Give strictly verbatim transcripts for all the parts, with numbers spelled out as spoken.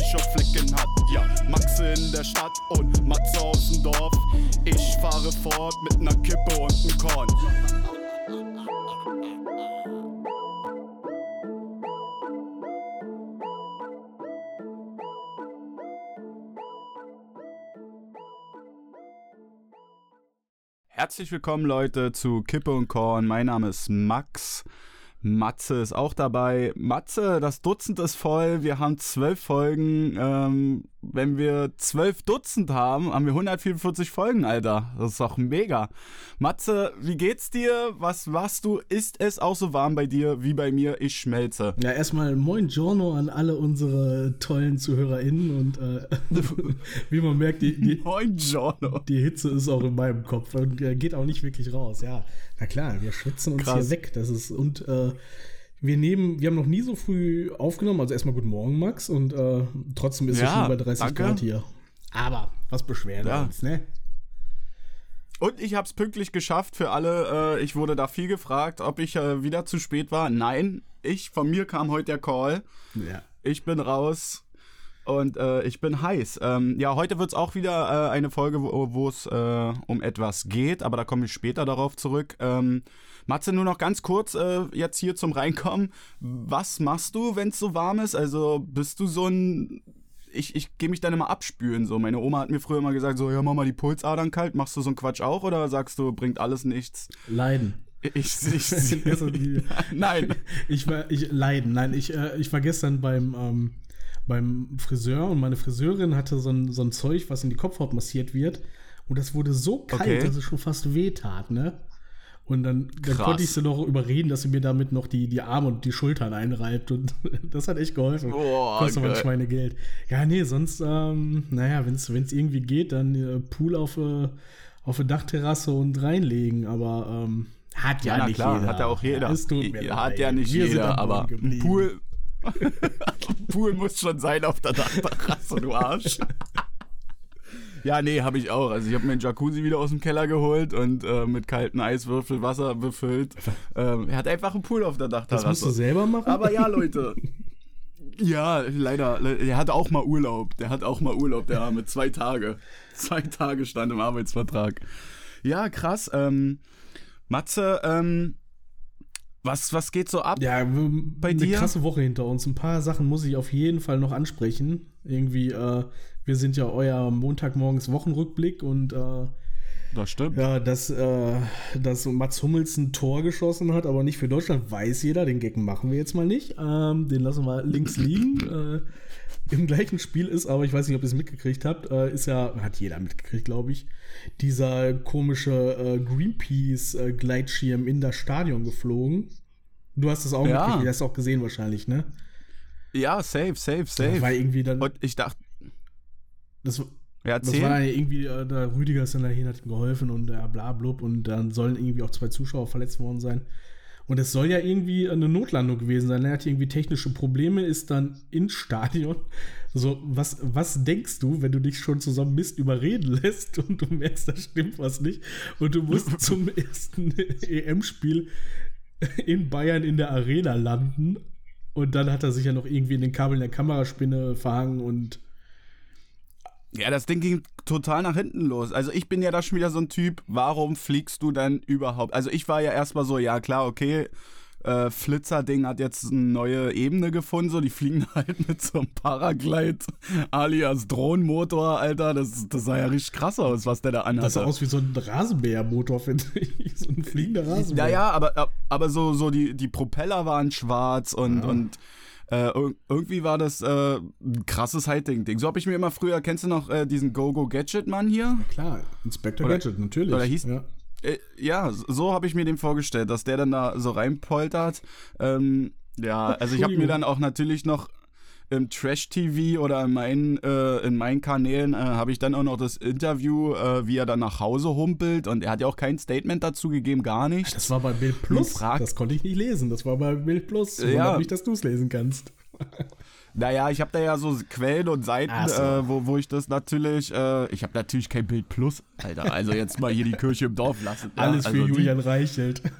Flecken hat. Ja, Maxe in der Stadt und Matze aus dem Dorf. Ich fahre fort mit ner Kippe und nem Korn. Herzlich willkommen, Leute, zu Kippe und Korn. Mein Name ist Max. Matze ist auch dabei. Matze, das Dutzend ist voll. Wir haben zwölf Folgen. Ähm, wenn wir zwölf Dutzend haben, haben wir hundertvierundvierzig Folgen, Alter. Das ist doch mega. Matze, wie geht's dir? Was machst du? Ist es auch so warm bei dir wie bei mir? Ich schmelze. Ja, erstmal moin Giorno an alle unsere tollen ZuhörerInnen und äh, wie man merkt, die, die, moin Giorno. Die Hitze ist auch in meinem Kopf und äh, geht auch nicht wirklich raus. Ja, na klar, wir schwitzen uns Krass. hier weg. Das ist und äh, wir nehmen, wir haben noch nie so früh aufgenommen. Also erstmal guten Morgen, Max, und äh, trotzdem ist es ja, schon über dreißig danke. Grad hier. Aber was beschweren wir ja. uns, ne? Und ich hab's pünktlich geschafft für alle. Äh, ich wurde da viel gefragt, ob ich äh, wieder zu spät war. Nein, ich, von mir kam heute der Call. Ja. Ich bin raus und äh, ich bin heiß. Ähm, ja, heute wird's auch wieder äh, eine Folge, wo es äh, um etwas geht, aber da komme ich später darauf zurück. Ähm, Matze, nur noch ganz kurz äh, jetzt hier zum Reinkommen. Was machst du, wenn es so warm ist? Also bist du so ein... Ich, ich gehe mich dann immer abspülen. So. Meine Oma hat mir früher immer gesagt, so, ja, mach mal die Pulsadern kalt. Machst du so einen Quatsch auch oder sagst du, bringt alles nichts? Leiden. Ich, ich, ich Nein. Ich war, ich, leiden. Nein, ich, äh, ich war gestern beim, ähm, beim Friseur und meine Friseurin hatte so ein, so ein Zeug, was in die Kopfhaut massiert wird. Und das wurde so kalt, okay. dass es schon fast weh tat, ne? Und dann, dann konnte ich sie noch überreden, dass sie mir damit noch die, die Arme und die Schultern einreibt. Und das hat echt geholfen. Oh, kostet aber ein Schweinegeld. Ja, nee, sonst, ähm, naja, wenn es irgendwie geht, dann äh, Pool auf, äh, auf eine Dachterrasse und reinlegen. Aber ähm, hat ja, ja nicht klar, jeder. Hat ja auch jeder. Es tut mir hat leid. ja nicht Wir jeder, aber Pool, Pool muss schon sein auf der Dachterrasse, du Arsch. Ja, nee, habe ich auch. Also ich habe mir einen Jacuzzi wieder aus dem Keller geholt und äh, mit kalten Eiswürfel Wasser befüllt. Ähm, er hat einfach einen Pool auf der Dachterrasse. Das musst du selber machen? Aber ja, Leute. Ja, leider. Der hat auch mal Urlaub. Der hat auch mal Urlaub, der Arme. Zwei Tage. Zwei Tage stand im Arbeitsvertrag. Ja, krass. Ähm, Matze, ähm, was, was geht so ab ja, bei eine dir? Eine krasse Woche hinter uns. Ein paar Sachen muss ich auf jeden Fall noch ansprechen. Irgendwie, äh, wir sind ja euer Montagmorgens Wochenrückblick und äh, das stimmt. Ja, dass, äh, dass Mats Hummels ein Tor geschossen hat, aber nicht für Deutschland, weiß jeder. Den Gag machen wir jetzt mal nicht. Ähm, den lassen wir links liegen. äh, Im gleichen Spiel ist, aber ich weiß nicht, ob ihr es mitgekriegt habt, äh, ist ja, hat jeder mitgekriegt, glaube ich, dieser komische äh, Greenpeace-Gleitschirm in das Stadion geflogen. Du hast es auch ja. mitgekriegt, hast du auch gesehen wahrscheinlich, ne? Ja, safe, safe, safe. Das war irgendwie dann. Und ich dachte. Das, ja, das war ja irgendwie, äh, der Rüdiger ist dann dahin, hat ihm geholfen und ja, bla blub und dann sollen irgendwie auch zwei Zuschauer verletzt worden sein. Und es soll ja irgendwie eine Notlandung gewesen sein. Er hat irgendwie technische Probleme, ist dann ins Stadion. So, was, was denkst du, wenn du dich schon zusammen Mist überreden lässt und du merkst, da stimmt was nicht und du musst zum ersten E M-Spiel in Bayern in der Arena landen und dann hat er sich ja noch irgendwie in den Kabeln der Kameraspinne verhangen und ja, das Ding ging total nach hinten los. Also ich bin ja da schon wieder so ein Typ, warum fliegst du denn überhaupt? Also ich war ja erstmal so, ja klar, okay, äh, Flitzer-Ding hat jetzt eine neue Ebene gefunden, so die fliegen halt mit so einem Paraglide alias Drohnenmotor, Alter, das, das sah ja richtig krass aus, was der da anhatte. Das sah aus wie so ein Rasenmähermotor, finde ich, so ein fliegender Rasenmäher. Ja, ja, aber, aber so, so die, die Propeller waren schwarz und, ja. und Äh, irgendwie war das äh, ein krasses Hightech-Ding. So habe ich mir immer früher, kennst du noch äh, diesen Go-Go-Gadget-Mann hier? Na klar, Inspector oder, Gadget, natürlich. Oder hieß, ja, äh, ja so habe ich mir den vorgestellt, dass der dann da so reinpoltert. Ähm, ja, also ich habe mir dann auch natürlich noch im Trash-T V oder in meinen, äh, in meinen Kanälen äh, habe ich dann auch noch das Interview, äh, wie er dann nach Hause humpelt und er hat ja auch kein Statement dazu gegeben, gar nichts. Das war bei Bild Plus, das konnte ich nicht lesen, das war bei Bild Plus, ich ja. nicht, dass du es lesen kannst. Naja, ich habe da ja so Quellen und Seiten, so. äh, wo, wo ich das natürlich, äh, ich habe natürlich kein Bild Plus, Alter, also jetzt mal hier die Kirche im Dorf lassen. Alles ja, für also Julian Reichelt.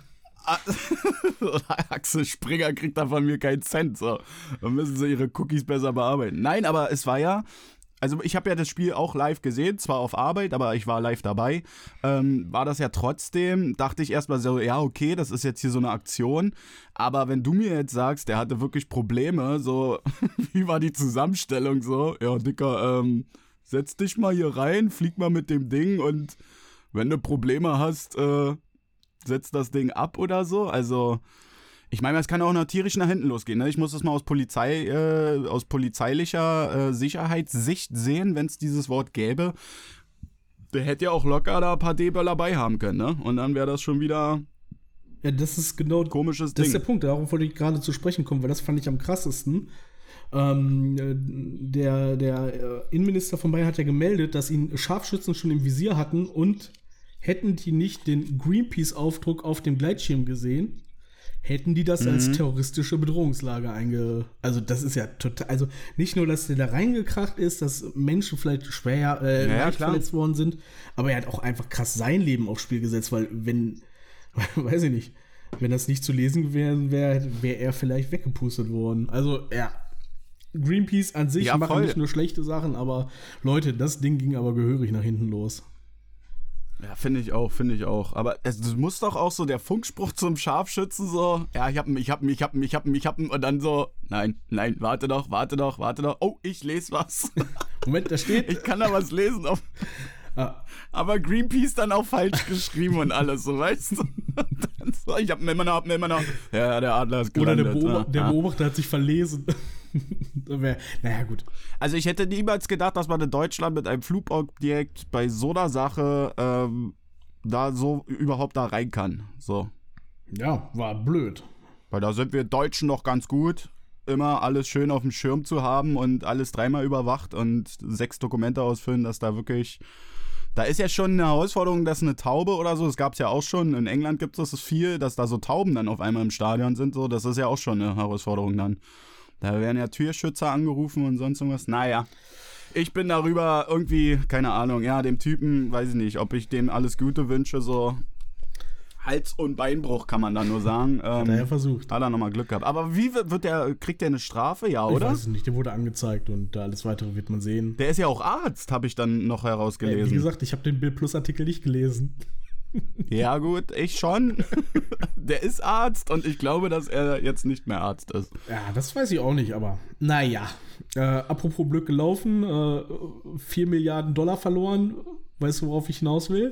Axel Springer kriegt da von mir keinen Cent. So. Dann müssen sie ihre Cookies besser bearbeiten. Nein, aber es war ja, also ich habe ja das Spiel auch live gesehen, zwar auf Arbeit, aber ich war live dabei. Ähm, war das ja trotzdem, dachte ich erstmal so, ja okay, das ist jetzt hier so eine Aktion. Aber wenn du mir jetzt sagst, der hatte wirklich Probleme, so, wie war die Zusammenstellung so? Ja, Dicker, ähm, setz dich mal hier rein, flieg mal mit dem Ding und wenn du Probleme hast, äh, setz das Ding ab oder so. Also, ich meine, es kann auch noch tierisch nach hinten losgehen. Ne? Ich muss das mal aus Polizei, äh, aus polizeilicher äh, Sicherheitssicht sehen, wenn es dieses Wort gäbe. Der hätte ja auch locker da ein paar D-Böller bei haben können, ne? Und dann wäre das schon wieder ja, das ist genau ein komisches das Ding. ist der Punkt, darauf wollte ich gerade zu sprechen kommen, weil das fand ich am krassesten. Ähm, der der Innenminister von Bayern hat ja gemeldet, dass ihn Scharfschützen schon im Visier hatten und hätten die nicht den Greenpeace-Aufdruck auf dem Gleitschirm gesehen, hätten die das mhm. als terroristische Bedrohungslage einge... Also das ist ja total... Also nicht nur, dass der da reingekracht ist, dass Menschen vielleicht schwer äh, ja, leicht verletzt worden sind, aber er hat auch einfach krass sein Leben aufs Spiel gesetzt, weil wenn... weiß ich nicht. Wenn das nicht zu lesen gewesen wäre, wäre er vielleicht weggepustet worden. Also ja... Greenpeace an sich ja, machen nicht nur schlechte Sachen, aber Leute, das Ding ging aber gehörig nach hinten los. Ja, finde ich auch, finde ich auch. Aber es muss doch auch so der Funkspruch zum Scharfschützen so, ja, ich hab ihn, ich hab ihn, ich hab ihn, ich hab ihn, ich hab ihn und dann so, nein, nein, warte doch, warte doch, warte doch. Oh, ich lese was. Moment, da steht. Ich kann da was lesen. Auf, ah. Aber Greenpeace dann auch falsch geschrieben und alles, so, weißt du? So, ich hab ihn immer noch, hab ihn immer noch. Ja, der Adler ist gelandet. Oder der, Beobachter, ja. der Beobachter hat sich verlesen. Naja, gut. Also ich hätte niemals gedacht, dass man in Deutschland mit einem Flugobjekt bei so einer Sache ähm, da so überhaupt da rein kann. So. Ja, war blöd. Weil da sind wir Deutschen noch ganz gut, immer alles schön auf dem Schirm zu haben und alles dreimal überwacht und sechs Dokumente ausfüllen, dass da wirklich... Da ist ja schon eine Herausforderung, dass eine Taube oder so, das gab es ja auch schon, in England gibt es das viel, dass da so Tauben dann auf einmal im Stadion sind, so, das ist ja auch schon eine Herausforderung dann. Da werden ja Türschützer angerufen und sonst irgendwas. Naja, ich bin darüber irgendwie, keine Ahnung, ja, dem Typen, weiß ich nicht, ob ich dem alles Gute wünsche, so Hals- und Beinbruch kann man da nur sagen. Ähm, hat er ja versucht. Hat er nochmal Glück gehabt. Aber wie wird, wird der, kriegt der eine Strafe? Ja, oder? Ich weiß es nicht, der wurde angezeigt und alles weitere wird man sehen. Der ist ja auch Arzt, habe ich dann noch herausgelesen. Ja, wie gesagt, ich habe den Bild Plus Artikel nicht gelesen. Ja gut, ich schon. Der ist Arzt und ich glaube, dass er jetzt nicht mehr Arzt ist. Ja, das weiß ich auch nicht, aber naja. Äh, apropos Glück gelaufen, äh, vier Milliarden Dollar verloren. Weißt du, worauf ich hinaus will?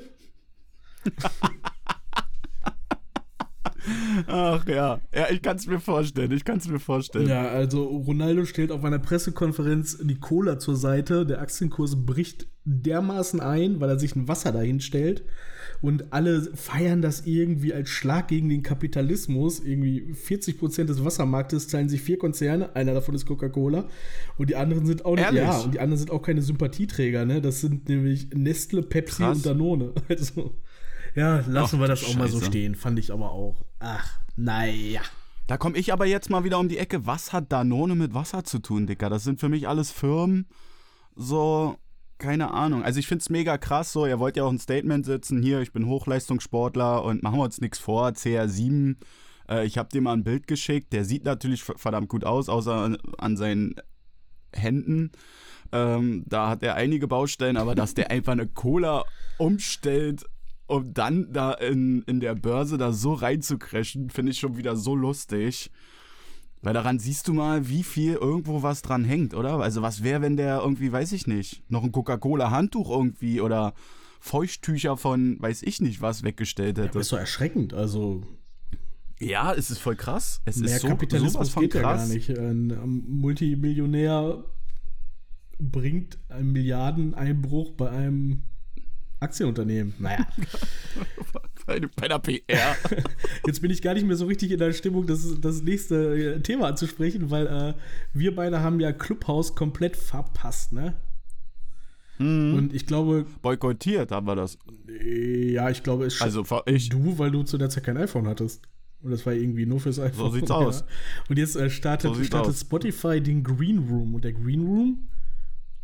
Ach ja, ja, ich kann es mir vorstellen, ich kann es mir vorstellen. Ja, also Ronaldo stellt auf einer Pressekonferenz die Cola zur Seite, der Aktienkurs bricht dermaßen ein, weil er sich ein Wasser dahin stellt und alle feiern das irgendwie als Schlag gegen den Kapitalismus. Irgendwie vierzig Prozent des Wassermarktes teilen sich vier Konzerne, einer davon ist Coca-Cola und die anderen sind auch nicht, Ehrlich? ja, und die anderen sind auch keine Sympathieträger, ne? Das sind nämlich Nestle, Pepsi Krass. und Danone. Also ja, lassen Ach, wir das auch mal so Scheiße. stehen, fand ich aber auch. Ach, naja. Da komme ich aber jetzt mal wieder um die Ecke. Was hat Danone mit Wasser zu tun, Dicker? Das sind für mich alles Firmen, so, keine Ahnung. Also ich finde es mega krass, so, ihr wollt ja auch ein Statement setzen, hier, ich bin Hochleistungssportler und machen wir uns nichts vor, C R sieben, äh, ich habe dir mal ein Bild geschickt, der sieht natürlich verdammt gut aus, außer an, an seinen Händen. Ähm, da hat er einige Baustellen, aber dass der einfach eine Cola umstellt, um dann da in, in der Börse da so reinzucrashen, finde ich schon wieder so lustig. Weil daran siehst du mal, wie viel irgendwo was dran hängt, oder? Also was wäre, wenn der irgendwie, weiß ich nicht, noch ein Coca-Cola-Handtuch irgendwie oder Feuchttücher von, weiß ich nicht was, weggestellt hätte. Das ist so erschreckend, also Ja, es ist voll krass. Es mehr ist so, Kapitalismus sowas von geht ja gar krass. nicht. Ein Multimillionär bringt einen Milliardeneinbruch bei einem Aktienunternehmen. Naja. bei, bei der P R. Jetzt bin ich gar nicht mehr so richtig in der Stimmung, das, das nächste Thema anzusprechen, weil äh, wir beide haben ja Clubhouse komplett verpasst, ne? Mhm. Und ich glaube... Boykottiert haben wir das. Ja, ich glaube, es Also ich. du, weil du zu der Zeit kein iPhone hattest. Und das war irgendwie nur fürs iPhone. So sieht's ja. aus. Und jetzt äh, startet, So sieht's startet aus. Spotify den Green Room. Und der Green Room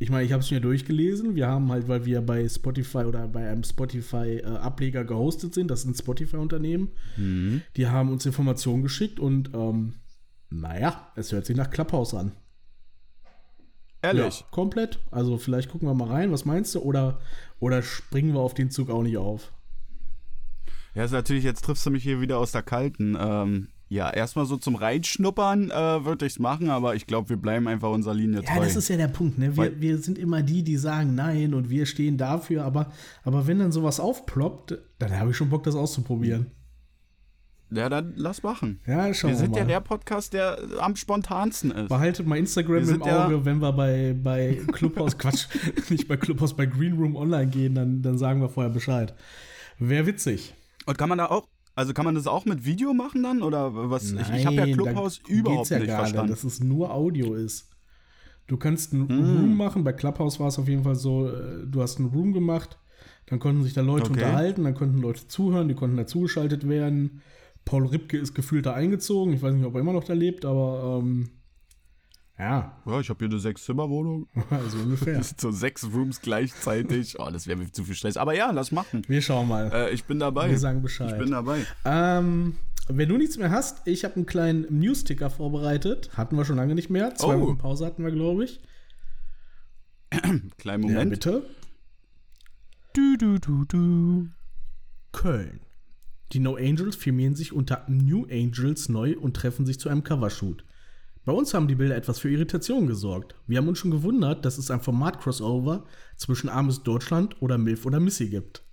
ich meine, ich habe es mir durchgelesen. Wir haben halt, weil wir bei Spotify oder bei einem Spotify-Ableger gehostet sind, das sind Spotify-Unternehmen, mhm. die haben uns Informationen geschickt und ähm, naja, es hört sich nach Clubhouse an. Ehrlich? Ja, komplett. Also vielleicht gucken wir mal rein, was meinst du? Oder, oder springen wir auf den Zug auch nicht auf? Ja, ist natürlich, jetzt triffst du mich hier wieder aus der Kalten. Ähm, ja, erstmal so zum Reinschnuppern äh, würde ich es machen, aber ich glaube, wir bleiben einfach unserer Linie treu. Ja, das ist ja der Punkt, ne? Wir, wir sind immer die, die sagen nein und wir stehen dafür, aber, aber wenn dann sowas aufploppt, dann habe ich schon Bock, das auszuprobieren. Ja, dann lass machen. Ja, schauen wir mal. Wir sind ja der Podcast, der am spontansten ist. Behaltet mal Instagram im Auge, ja, wenn wir bei, bei Clubhouse, Quatsch, nicht bei Clubhouse, bei Green Room online gehen, dann, dann sagen wir vorher Bescheid. Wäre witzig. Und kann man da auch, also kann man das auch mit Video machen dann? Oder was? Nein, ich ich habe ja Clubhouse überhaupt ja nicht gar verstanden. Nicht, dass es nur Audio ist. Du kannst einen hm. Room machen, bei Clubhouse war es auf jeden Fall so, du hast einen Room gemacht, dann konnten sich da Leute okay. unterhalten, dann konnten Leute zuhören, die konnten dazugeschaltet werden. Paul Ripke ist gefühlt da eingezogen, ich weiß nicht, ob er immer noch da lebt, aber ähm, ja. Ja, ich habe hier eine Sechs-Zimmer-Wohnung. Also ungefähr. Das sind so sechs Rooms gleichzeitig. Oh, das wäre mir zu viel Stress. Aber ja, lass machen. Wir schauen mal. Äh, ich bin dabei. Wir sagen Bescheid. Ich bin dabei. Ähm, wenn du nichts mehr hast, ich habe einen kleinen News-Ticker vorbereitet. Hatten wir schon lange nicht mehr. Zwei oh. Wochen Pause hatten wir, glaube ich. Kleinen Moment. Ja, bitte. Du, du, du, du. Köln. Die No Angels firmieren sich unter New Angels neu und treffen sich zu einem Covershoot. Bei uns haben die Bilder etwas für Irritation gesorgt. Wir haben uns schon gewundert, dass es ein Format-Crossover zwischen Armes Deutschland oder Milf oder Missy gibt.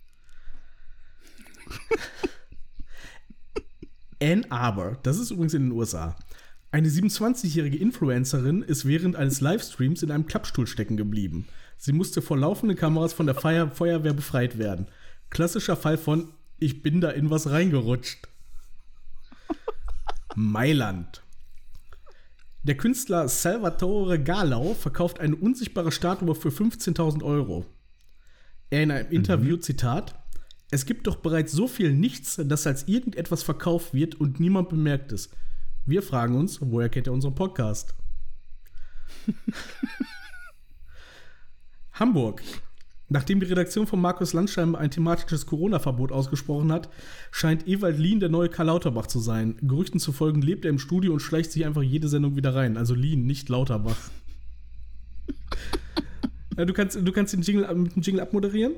Ann Arbor, das ist übrigens in den U S A. Eine siebenundzwanzigjährige Influencerin ist während eines Livestreams in einem Klappstuhl stecken geblieben. Sie musste vor laufenden Kameras von der Feuer- Feuerwehr befreit werden. Klassischer Fall von ich bin da in was reingerutscht. Mailand. Der Künstler Salvatore Galau verkauft eine unsichtbare Statue für fünfzehntausend Euro. Er in einem Interview, mhm. Zitat, es gibt doch bereits so viel Nichts, das als irgendetwas verkauft wird und niemand bemerkt es. Wir fragen uns, woher kennt er unseren Podcast? Hamburg. Nachdem die Redaktion von Markus Landstein ein thematisches Corona-Verbot ausgesprochen hat, scheint Ewald Lien der neue Karl Lauterbach zu sein. Gerüchten zufolge lebt er im Studio und schleicht sich einfach jede Sendung wieder rein. Also Lien, nicht Lauterbach. Ja, du kannst, du kannst den Jingle mit dem Jingle abmoderieren.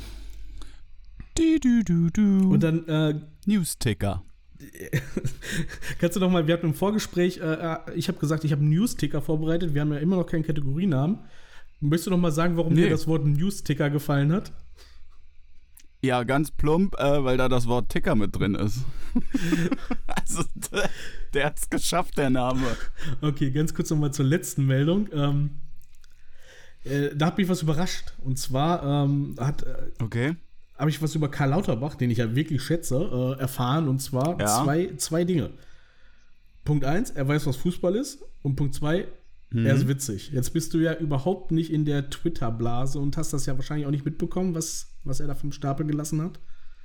Du, du, du, du. Und dann äh, News-Ticker. Kannst du doch mal, wir hatten im Vorgespräch, äh, ich habe gesagt, ich habe einen News-Ticker vorbereitet. Wir haben ja immer noch keinen Kategorienamen. Möchtest du noch mal sagen, warum nee. dir das Wort News-Ticker gefallen hat? Ja, ganz plump, äh, weil da das Wort Ticker mit drin ist. Also, der, der hat's geschafft, der Name. Okay, ganz kurz noch mal zur letzten Meldung. Ähm, äh, da hat mich was überrascht. Und zwar ähm, hat, äh, okay. habe ich was über Karl Lauterbach, den ich ja wirklich schätze, äh, erfahren. Und zwar ja. zwei, zwei Dinge. Punkt eins, er weiß, was Fußball ist. Und Punkt zwei, Mhm. er ist witzig. Jetzt bist du ja überhaupt nicht in der Twitter-Blase und hast das ja wahrscheinlich auch nicht mitbekommen, was, was er da vom Stapel gelassen hat.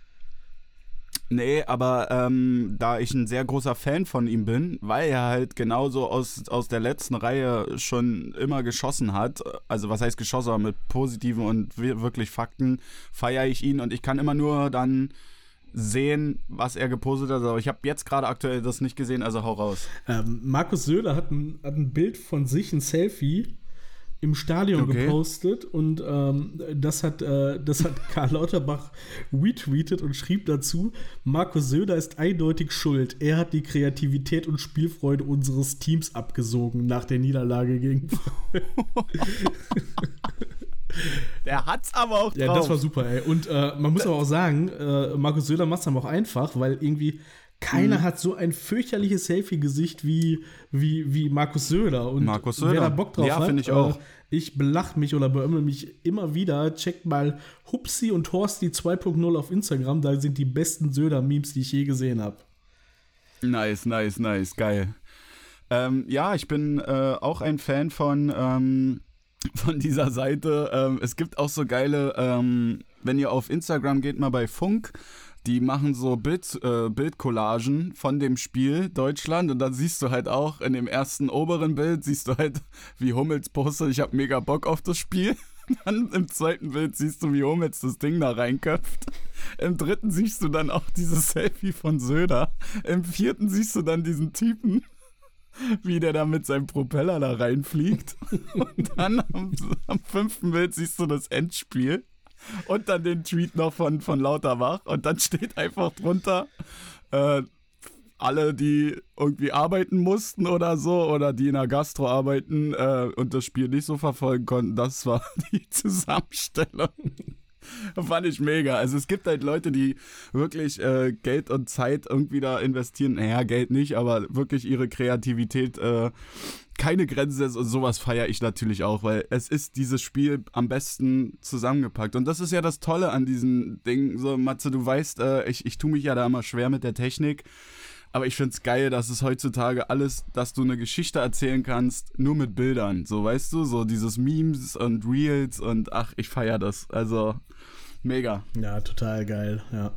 Nee, aber ähm, da ich ein sehr großer Fan von ihm bin, weil er halt genauso aus, aus der letzten Reihe schon immer geschossen hat, also was heißt geschossen, aber mit positiven und wirklich Fakten, feiere ich ihn und ich kann immer nur dann sehen, was er gepostet hat, aber ich habe jetzt gerade aktuell das nicht gesehen, also hau raus. Ähm, Markus Söder hat ein, hat ein Bild von sich, ein Selfie, im Stadion okay. gepostet und ähm, das, hat, äh, das hat Karl Lauterbach retweetet und schrieb dazu, Markus Söder ist eindeutig schuld. Er hat die Kreativität und Spielfreude unseres Teams abgesogen nach der Niederlage gegen Der hat's aber auch drauf. Ja, das war super, ey. Und äh, man muss aber auch sagen, äh, Markus Söder macht's aber auch einfach, weil irgendwie keiner mhm. hat so ein fürchterliches Selfie-Gesicht wie, wie, wie Markus Söder. Und Markus Söder. Wer da Bock drauf ja, hat, Ja, finde ich auch. Äh, ich belach mich oder beömmel mich immer wieder. Checkt mal Hupsi und Horsti zwei Punkt null auf Instagram. Da sind die besten Söder-Memes, die ich je gesehen habe. Nice, nice, nice. Geil. Ähm, ja, ich bin äh, auch ein Fan von... Ähm von dieser Seite. Ähm, es gibt auch so geile, ähm, wenn ihr auf Instagram geht, mal bei Funk, die machen so Bild, äh, Bildcollagen von dem Spiel Deutschland und dann siehst du halt auch in dem ersten oberen Bild, siehst du halt, wie Hummels postet, ich hab mega Bock auf das Spiel. Dann im zweiten Bild siehst du, wie Hummels das Ding da reinköpft. Im dritten siehst du dann auch dieses Selfie von Söder. Im vierten siehst du dann diesen Typen, wie der da mit seinem Propeller da reinfliegt. Und dann am, am fünften Bild siehst du das Endspiel. Und dann den Tweet noch von, von Lauterbach. Und dann steht einfach drunter, äh, alle, die irgendwie arbeiten mussten oder so, oder die in der Gastro arbeiten äh, und das Spiel nicht so verfolgen konnten, das war die Zusammenstellung. Fand ich mega. Also es gibt halt Leute, die wirklich äh, Geld und Zeit irgendwie da investieren. Naja, Geld nicht, aber wirklich ihre Kreativität äh, keine Grenze setzt. Und sowas feiere ich natürlich auch, weil es ist dieses Spiel am besten zusammengepackt. Und das ist ja das Tolle an diesen Dingen. So, Matze, du weißt, äh, ich, ich tue mich ja da immer schwer mit der Technik. Aber ich find's geil, dass es heutzutage alles, dass du eine Geschichte erzählen kannst, nur mit Bildern. So, weißt du, so dieses Memes und Reels und ach, ich feiere das. Also, mega. Ja, total geil, ja.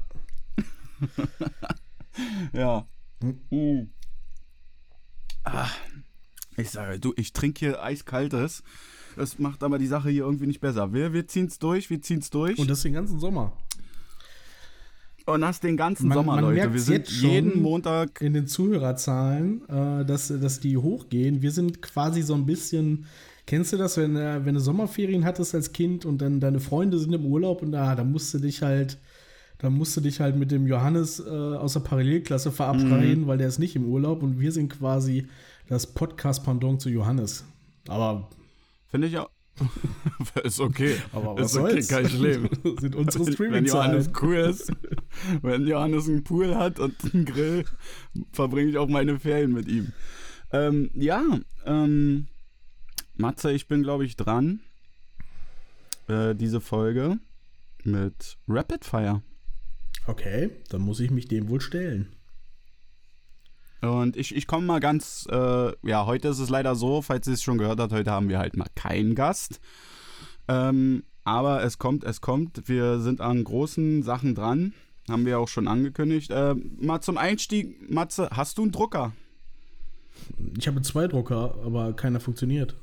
ja. Mhm. Ah, ich sage, du, ich trinke hier eiskaltes. Das macht aber die Sache hier irgendwie nicht besser. Wir, wir ziehen's durch, wir ziehen's durch. Und das den ganzen Sommer. Und das den ganzen man, Sommer, man Leute. Wir sind jeden Montag in den Zuhörerzahlen, äh, dass, dass die hochgehen. Wir sind quasi so ein bisschen, kennst du das, wenn, äh, wenn du Sommerferien hattest als Kind und dann deine Freunde sind im Urlaub und da, da musst du dich halt, da musst du dich halt mit dem Johannes äh, aus der Parallelklasse verabreden, mhm. weil der ist nicht im Urlaub und wir sind quasi das Podcast-Pendant zu Johannes. Aber finde ich auch. Ist okay. Aber was ist okay, soll's? kein Schlimm. Sind unsere Streaming-Zahlen. Wenn Johannes cool ist, wenn Johannes einen Pool hat und einen Grill, verbringe ich auch meine Ferien mit ihm. Ähm, ja, ähm, Matze, ich bin, glaube ich, dran. Äh, diese Folge mit Rapid Fire. Okay, dann muss ich mich dem wohl stellen. Und ich, ich komme mal ganz, äh, ja, heute ist es leider so, falls ihr es schon gehört habt, heute haben wir halt mal keinen Gast. Ähm, aber es kommt, es kommt. Wir sind an großen Sachen dran. Haben wir auch schon angekündigt. Äh, mal zum Einstieg, Matze, hast du einen Drucker? Ich habe zwei Drucker, aber keiner funktioniert.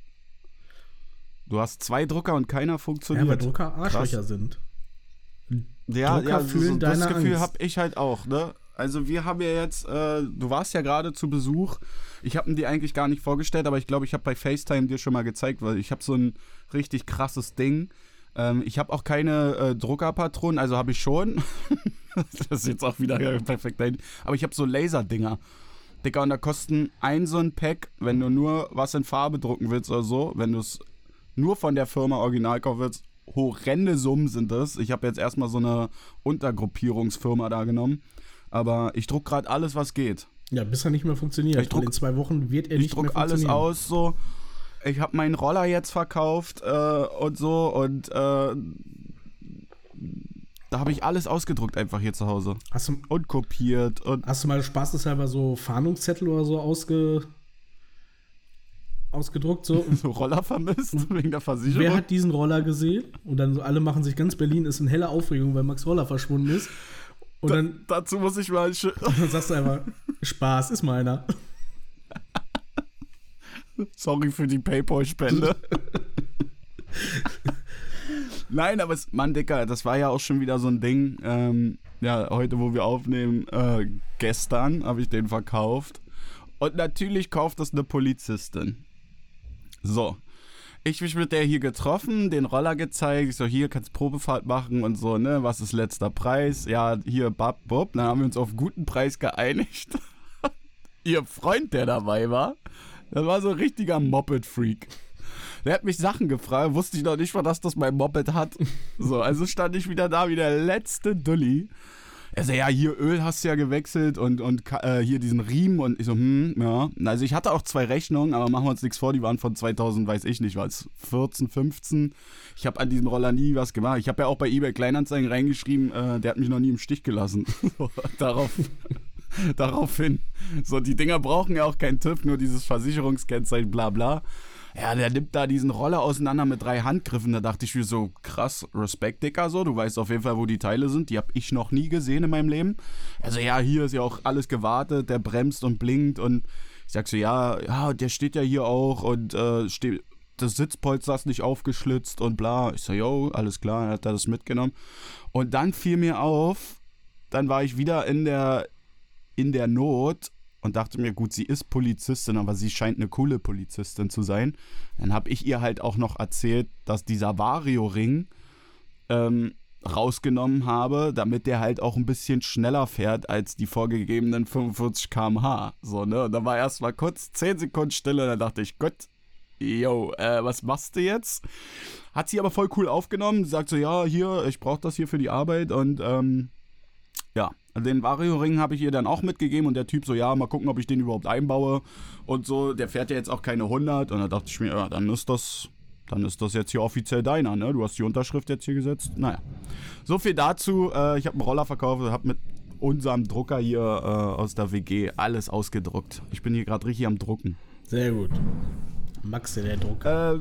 Du hast zwei Drucker und keiner funktioniert? Ja, weil Drucker Arschlöcher sind. Ja, Drucker ja, fühlen so, deine das Gefühl Angst. habe ich halt auch, ne? Also wir haben ja jetzt, äh, du warst ja gerade zu Besuch. Ich habe ihn dir eigentlich gar nicht vorgestellt, aber ich glaube, ich habe bei FaceTime dir schon mal gezeigt, weil ich habe so ein richtig krasses Ding. Ähm, ich habe auch keine äh, Druckerpatronen, also habe ich schon. Das ist jetzt auch wieder perfekt dahin. Aber ich habe so Laserdinger. Dicker, und da kosten ein so ein Pack, wenn du nur was in Farbe drucken willst oder so, wenn du es nur von der Firma original kaufen willst, horrende Summen sind das. Ich habe jetzt erstmal so eine Untergruppierungsfirma da genommen. Aber ich druck gerade alles, was geht. Ja, bis er nicht mehr funktioniert. Ich druck, in zwei Wochen wird er nicht mehr funktionieren. Ich druck alles aus, so. Ich habe meinen Roller jetzt verkauft äh, und so. Und äh, da habe ich alles ausgedruckt einfach hier zu Hause. Hast du, und kopiert. Und hast du mal spaßeshalber so Fahndungszettel oder so ausge, ausgedruckt? So, so Roller vermisst wegen der Versicherung? Wer hat diesen Roller gesehen? Und dann so alle machen sich, ganz Berlin ist in heller Aufregung, weil Max Roller verschwunden ist. Und da, dann, dazu muss ich mal... dann sagst du einfach, Spaß, ist meiner. Sorry für die Paypal-Spende. Nein, aber es, Mann, Dicker, das war ja auch schon wieder so ein Ding. Ähm, ja, heute, wo wir aufnehmen, äh, gestern habe ich den verkauft. Und natürlich kauft das eine Polizistin. So. Ich mich mit der hier getroffen, den Roller gezeigt, ich so, hier kannst Probefahrt machen und so, ne, was ist letzter Preis? Ja, hier, bab, bub, dann haben wir uns auf guten Preis geeinigt. Ihr Freund, der dabei war, das war so ein richtiger Moped-Freak. Der hat mich Sachen gefragt, wusste ich noch nicht mal, dass das mein Moped hat. So, also stand ich wieder da wie der letzte Dulli. Er so, ja, hier Öl hast du ja gewechselt und, und äh, hier diesen Riemen und ich so, hm, ja. Also ich hatte auch zwei Rechnungen, aber machen wir uns nichts vor, die waren von zweitausend, weiß ich nicht, war es vierzehn, fünfzehn. Ich habe an diesem Roller nie was gemacht. Ich habe ja auch bei eBay Kleinanzeigen reingeschrieben, äh, der hat mich noch nie im Stich gelassen. Darauf, daraufhin. So, die Dinger brauchen ja auch keinen TÜV, nur dieses Versicherungskennzeichen, bla bla. Ja, der nimmt da diesen Roller auseinander mit drei Handgriffen. Da dachte ich mir so, krass, Respekt, Dicker, so. Du weißt auf jeden Fall, wo die Teile sind. Die habe ich noch nie gesehen in meinem Leben. Also ja, hier ist ja auch alles gewartet. Der bremst und blinkt und ich sag so, ja, ja, der steht ja hier auch und äh, steht, das Sitzpolster ist nicht aufgeschlitzt und bla. Ich so, yo, alles klar, er hat das mitgenommen. Und dann fiel mir auf, dann war ich wieder in der, in der Not und dachte mir, gut, sie ist Polizistin, aber sie scheint eine coole Polizistin zu sein. Dann habe ich ihr halt auch noch erzählt, dass dieser Vario-Ring ähm, rausgenommen habe, damit der halt auch ein bisschen schneller fährt als die vorgegebenen fünfundvierzig Kilometer pro Stunde. So, ne? Und dann war erstmal kurz zehn Sekunden Stille und dann dachte ich, Gott, yo, äh, was machst du jetzt? Hat sie aber voll cool aufgenommen, sagt so, ja, hier, ich brauche das hier für die Arbeit und ähm, ja, den Vario-Ring habe ich ihr dann auch mitgegeben und der Typ so, ja, mal gucken, ob ich den überhaupt einbaue und so, der fährt ja jetzt auch keine hundert und da dachte ich mir, ja, dann ist das, dann ist das jetzt hier offiziell deiner, ne, du hast die Unterschrift jetzt hier gesetzt, naja. So viel dazu, äh, ich habe einen Roller verkauft und habe mit unserem Drucker hier äh, aus der W G alles ausgedruckt. Ich bin hier gerade richtig am Drucken. Sehr gut. Max, der Drucker.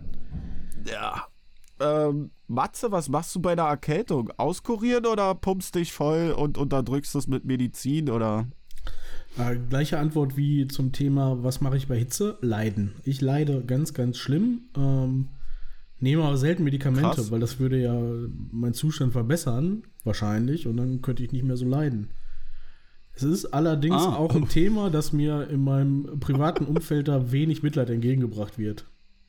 Äh, ja, Ähm, Matze, was machst du bei der Erkältung? Auskurieren oder pumpst dich voll und unterdrückst es mit Medizin oder? Äh, gleiche Antwort wie zum Thema, was mache ich bei Hitze? Leiden. Ich leide ganz, ganz schlimm. Ähm, nehme aber selten Medikamente, Krass. Weil das würde ja meinen Zustand verbessern, wahrscheinlich, und dann könnte ich nicht mehr so leiden. Es ist allerdings ah. auch ein Thema, das mir in meinem privaten Umfeld da wenig Mitleid entgegengebracht wird.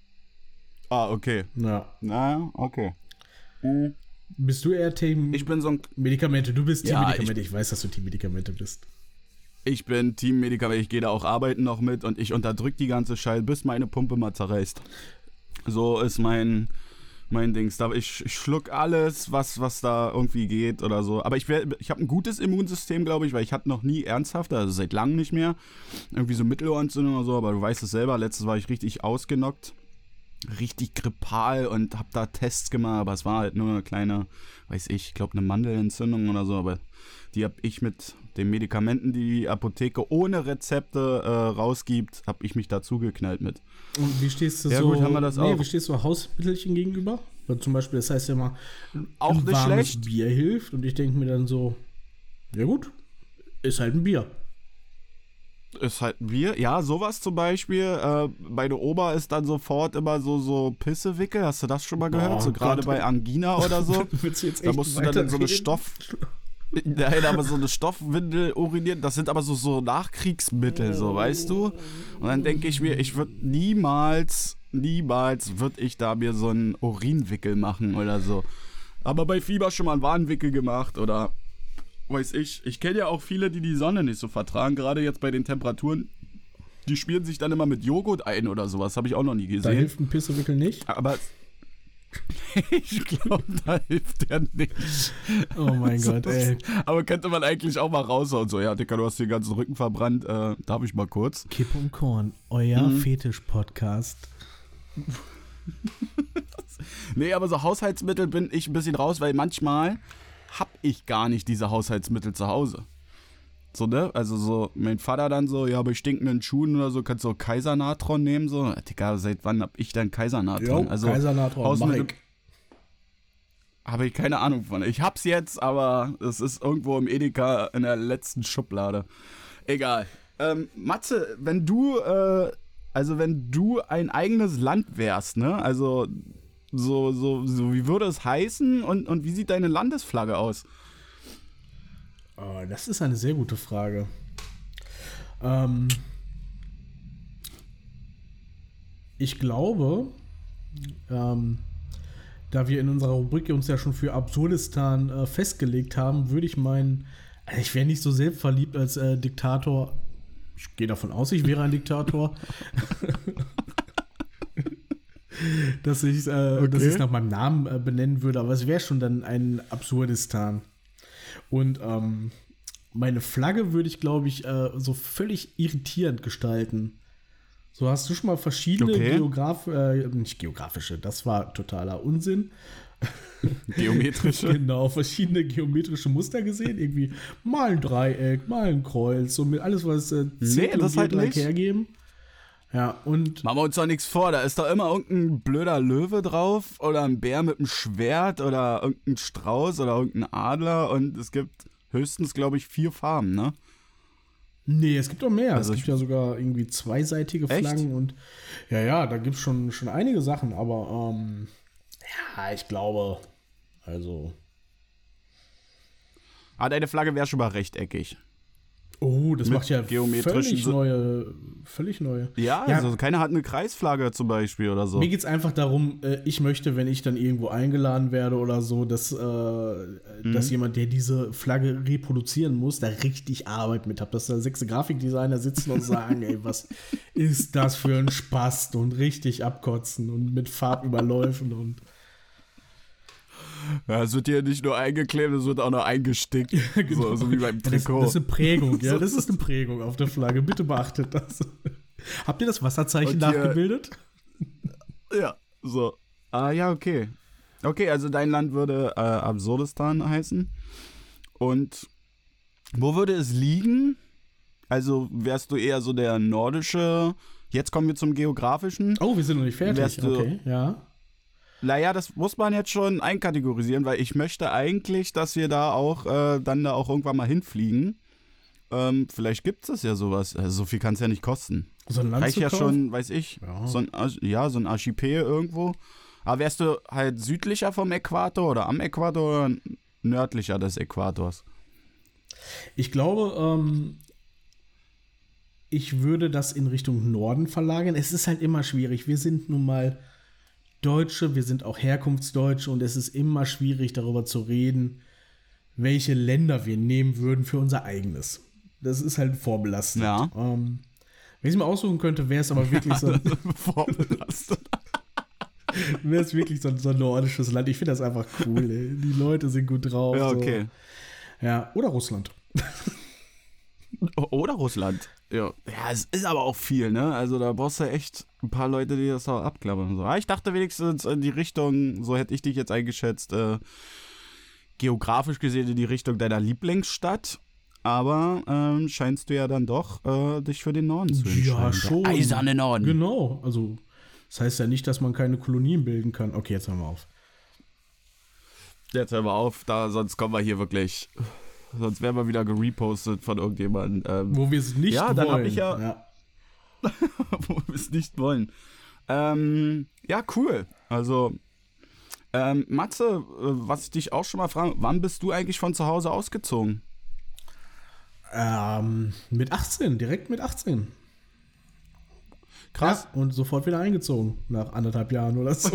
Ah, okay. Ja. Na, okay. Mhm. Bist du eher Team ich bin so ein Medikamente? Du bist Team ja, Medikamente. Ich, ich weiß, dass du Team Medikamente bist. Ich bin Team Medikamente. Ich gehe da auch arbeiten noch mit und ich unterdrück die ganze Scheiße, bis meine Pumpe mal zerreißt. So ist mein, mein Dings. Ich, ich schluck alles, was, was da irgendwie geht oder so. Aber ich, ich habe ein gutes Immunsystem, glaube ich, weil ich hatte noch nie ernsthaft, also seit langem nicht mehr, irgendwie so Mittelohrentzündung oder so. Aber du weißt es selber, letztes war ich richtig ausgenockt. Richtig grippal und hab da Tests gemacht, aber es war halt nur eine kleine, weiß ich, ich glaube eine Mandelentzündung oder so, aber die hab ich mit den Medikamenten, die die Apotheke ohne Rezepte äh, rausgibt, hab ich mich dazu geknallt mit. Und wie stehst du ja, so, gut, haben wir das nee, auch. wie stehst du Hausmittelchen gegenüber? Weil zum Beispiel, das heißt ja immer, auch ein nicht warmes schlecht. Bier hilft und ich denke mir dann so, ja gut, ist halt ein Bier. Ist halt ein Bier, ja, sowas zum Beispiel. Äh, bei der Ober ist dann sofort immer so, so Pissewickel. Hast du das schon mal gehört? Oh, so gerade bei Angina oder so. Willst du jetzt echt da musst du dann in so eine Stoff... Nein, aber so eine Stoffwindel urinieren. Das sind aber so, so Nachkriegsmittel, so, weißt du? Und dann denke ich mir, ich würde niemals, niemals würde ich da mir so einen Urinwickel machen oder so. Aber bei Fieber schon mal einen Warnwickel gemacht oder... Weiß ich. Ich kenne ja auch viele, die die Sonne nicht so vertragen, gerade jetzt bei den Temperaturen. Die schmieren sich dann immer mit Joghurt ein oder sowas. Habe ich auch noch nie gesehen. Da hilft ein Pissewickel nicht? Aber ich glaube, da hilft der nicht. Oh mein Gott, ey. Aber könnte man eigentlich auch mal raushauen. So, ja, Dicker, du hast den ganzen Rücken verbrannt. Äh, darf ich mal kurz? Kipp und Korn, euer mhm. Fetisch-Podcast. Nee, aber so Haushaltsmittel bin ich ein bisschen raus, weil manchmal hab ich gar nicht diese Haushaltsmittel zu Hause. So, ne? Also so, mein Vater dann so, ja, bei stinkenden Schuhen oder so, kannst du auch Kaisernatron nehmen, so. Digga, seit wann hab ich dann Kaisernatron? Jo, also, Kaisernatron, Mike. Habe ich keine Ahnung von. Ich hab's jetzt, aber es ist irgendwo im Edeka in der letzten Schublade. Egal. Ähm, Matze, wenn du, äh, also wenn du ein eigenes Land wärst, ne? Also so, so, so, wie würde es heißen und, und wie sieht deine Landesflagge aus? Oh, das ist eine sehr gute Frage. Ähm, ich glaube, ähm, da wir in unserer Rubrik uns ja schon für Absurdistan äh, festgelegt haben, würde ich meinen, also ich wäre nicht so selbstverliebt als äh, Diktator. Ich gehe davon aus, ich wäre ein Diktator. dass ich äh, okay. dass ich es nach meinem Namen äh, benennen würde, aber es wäre schon dann ein Absurdistan. Und ähm, meine Flagge würde ich, glaube ich, äh, so völlig irritierend gestalten. So, hast du schon mal verschiedene okay. Geograf äh, nicht geografische, das war totaler Unsinn. Geometrische? Genau, verschiedene geometrische Muster gesehen. Irgendwie mal ein Dreieck, mal ein Kreuz, so mit alles, was äh, nee, das halt nicht hergeben. Ja, und. Machen wir uns doch nichts vor, da ist doch immer irgendein blöder Löwe drauf oder ein Bär mit einem Schwert oder irgendein Strauß oder irgendein Adler und es gibt höchstens, glaube ich, vier Farben, ne? Nee, es gibt auch mehr. Also es gibt ich- ja sogar irgendwie zweiseitige Echt? Flaggen und ja, ja, da gibt es schon, schon einige Sachen, aber ähm, ja, ich glaube, also. Ah, deine Flagge wäre schon mal rechteckig. Oh, das Mit macht ja geometrischen völlig Sy- neue, völlig neue. Ja, Ja. also keiner hat eine Kreisflagge zum Beispiel oder so. Mir geht es einfach darum, äh, ich möchte, wenn ich dann irgendwo eingeladen werde oder so, dass, äh, Mhm. dass jemand, der diese Flagge reproduzieren muss, da richtig Arbeit mit hat. Dass da sechs Grafikdesigner sitzen und sagen, ey, was ist das für ein Spast und richtig abkotzen und mit Farbüberläufen und Ja, es wird hier nicht nur eingeklebt, es wird auch noch eingestickt. so, so wie beim Ja, das, Trikot. das ist eine Prägung, ja, das ist eine Prägung auf der Flagge. Bitte beachtet das. Habt ihr das Wasserzeichen Und hier- nachgebildet? Ja, so. Ah, ja, okay. Okay, also dein Land würde äh, Absurdistan heißen. Und wo würde es liegen? Also wärst du eher so der nordische. Jetzt kommen wir zum geografischen. Oh, wir sind noch nicht fertig. Wärst du- Okay, ja. Naja, das muss man jetzt schon einkategorisieren, weil ich möchte eigentlich, dass wir da auch äh, dann da auch irgendwann mal hinfliegen. Ähm, vielleicht gibt es ja sowas. Also so viel kann es ja nicht kosten. So ein Land Reicht zu ja kaufen? schon, weiß ich, Ja. so ein, Arch- ja, so ein Archipel irgendwo. Aber wärst du halt südlicher vom Äquator oder am Äquator oder nördlicher des Äquators? Ich glaube, ähm, ich würde das in Richtung Norden verlagern. Es ist halt immer schwierig. Wir sind nun mal Deutsche, wir sind auch Herkunftsdeutsche und es ist immer schwierig, darüber zu reden, welche Länder wir nehmen würden für unser eigenes. Das ist halt vorbelastend. Ja. Ähm, wenn ich es mir aussuchen könnte, wäre es aber wirklich so, Vorbelastet. wäre es wirklich so, ein- so ein nordisches Land. Ich finde das einfach cool. Ey. Die Leute sind gut drauf. Ja, so. okay. Ja, oder Russland. Oder Russland. Ja. Ja, es ist aber auch viel, ne? Also da brauchst du echt ein paar Leute, die das auch abklappern. So. Ah, ich dachte wenigstens in die Richtung, so hätte ich dich jetzt eingeschätzt, äh, geografisch gesehen in die Richtung deiner Lieblingsstadt. Aber ähm, scheinst du ja dann doch äh, dich für den Norden zu entscheiden. Ja, schon. Der eiserne Norden. Genau, also das heißt ja nicht, dass man keine Kolonien bilden kann. Okay, jetzt hören wir auf. Jetzt hör mal auf, da, sonst kommen wir hier wirklich. Sonst werden wir wieder gerepostet von irgendjemandem. Ähm, Wo wir es nicht Ja, wollen. dann hab ich ja- ja. wo wir es nicht wollen. Ähm, ja, cool. Also, ähm, Matze, äh, was ich dich auch schon mal frage, wann bist du eigentlich von zu Hause ausgezogen? Ähm, mit achtzehn, direkt mit achtzehn. Krass. Ja, und sofort wieder eingezogen, nach anderthalb Jahren oder so.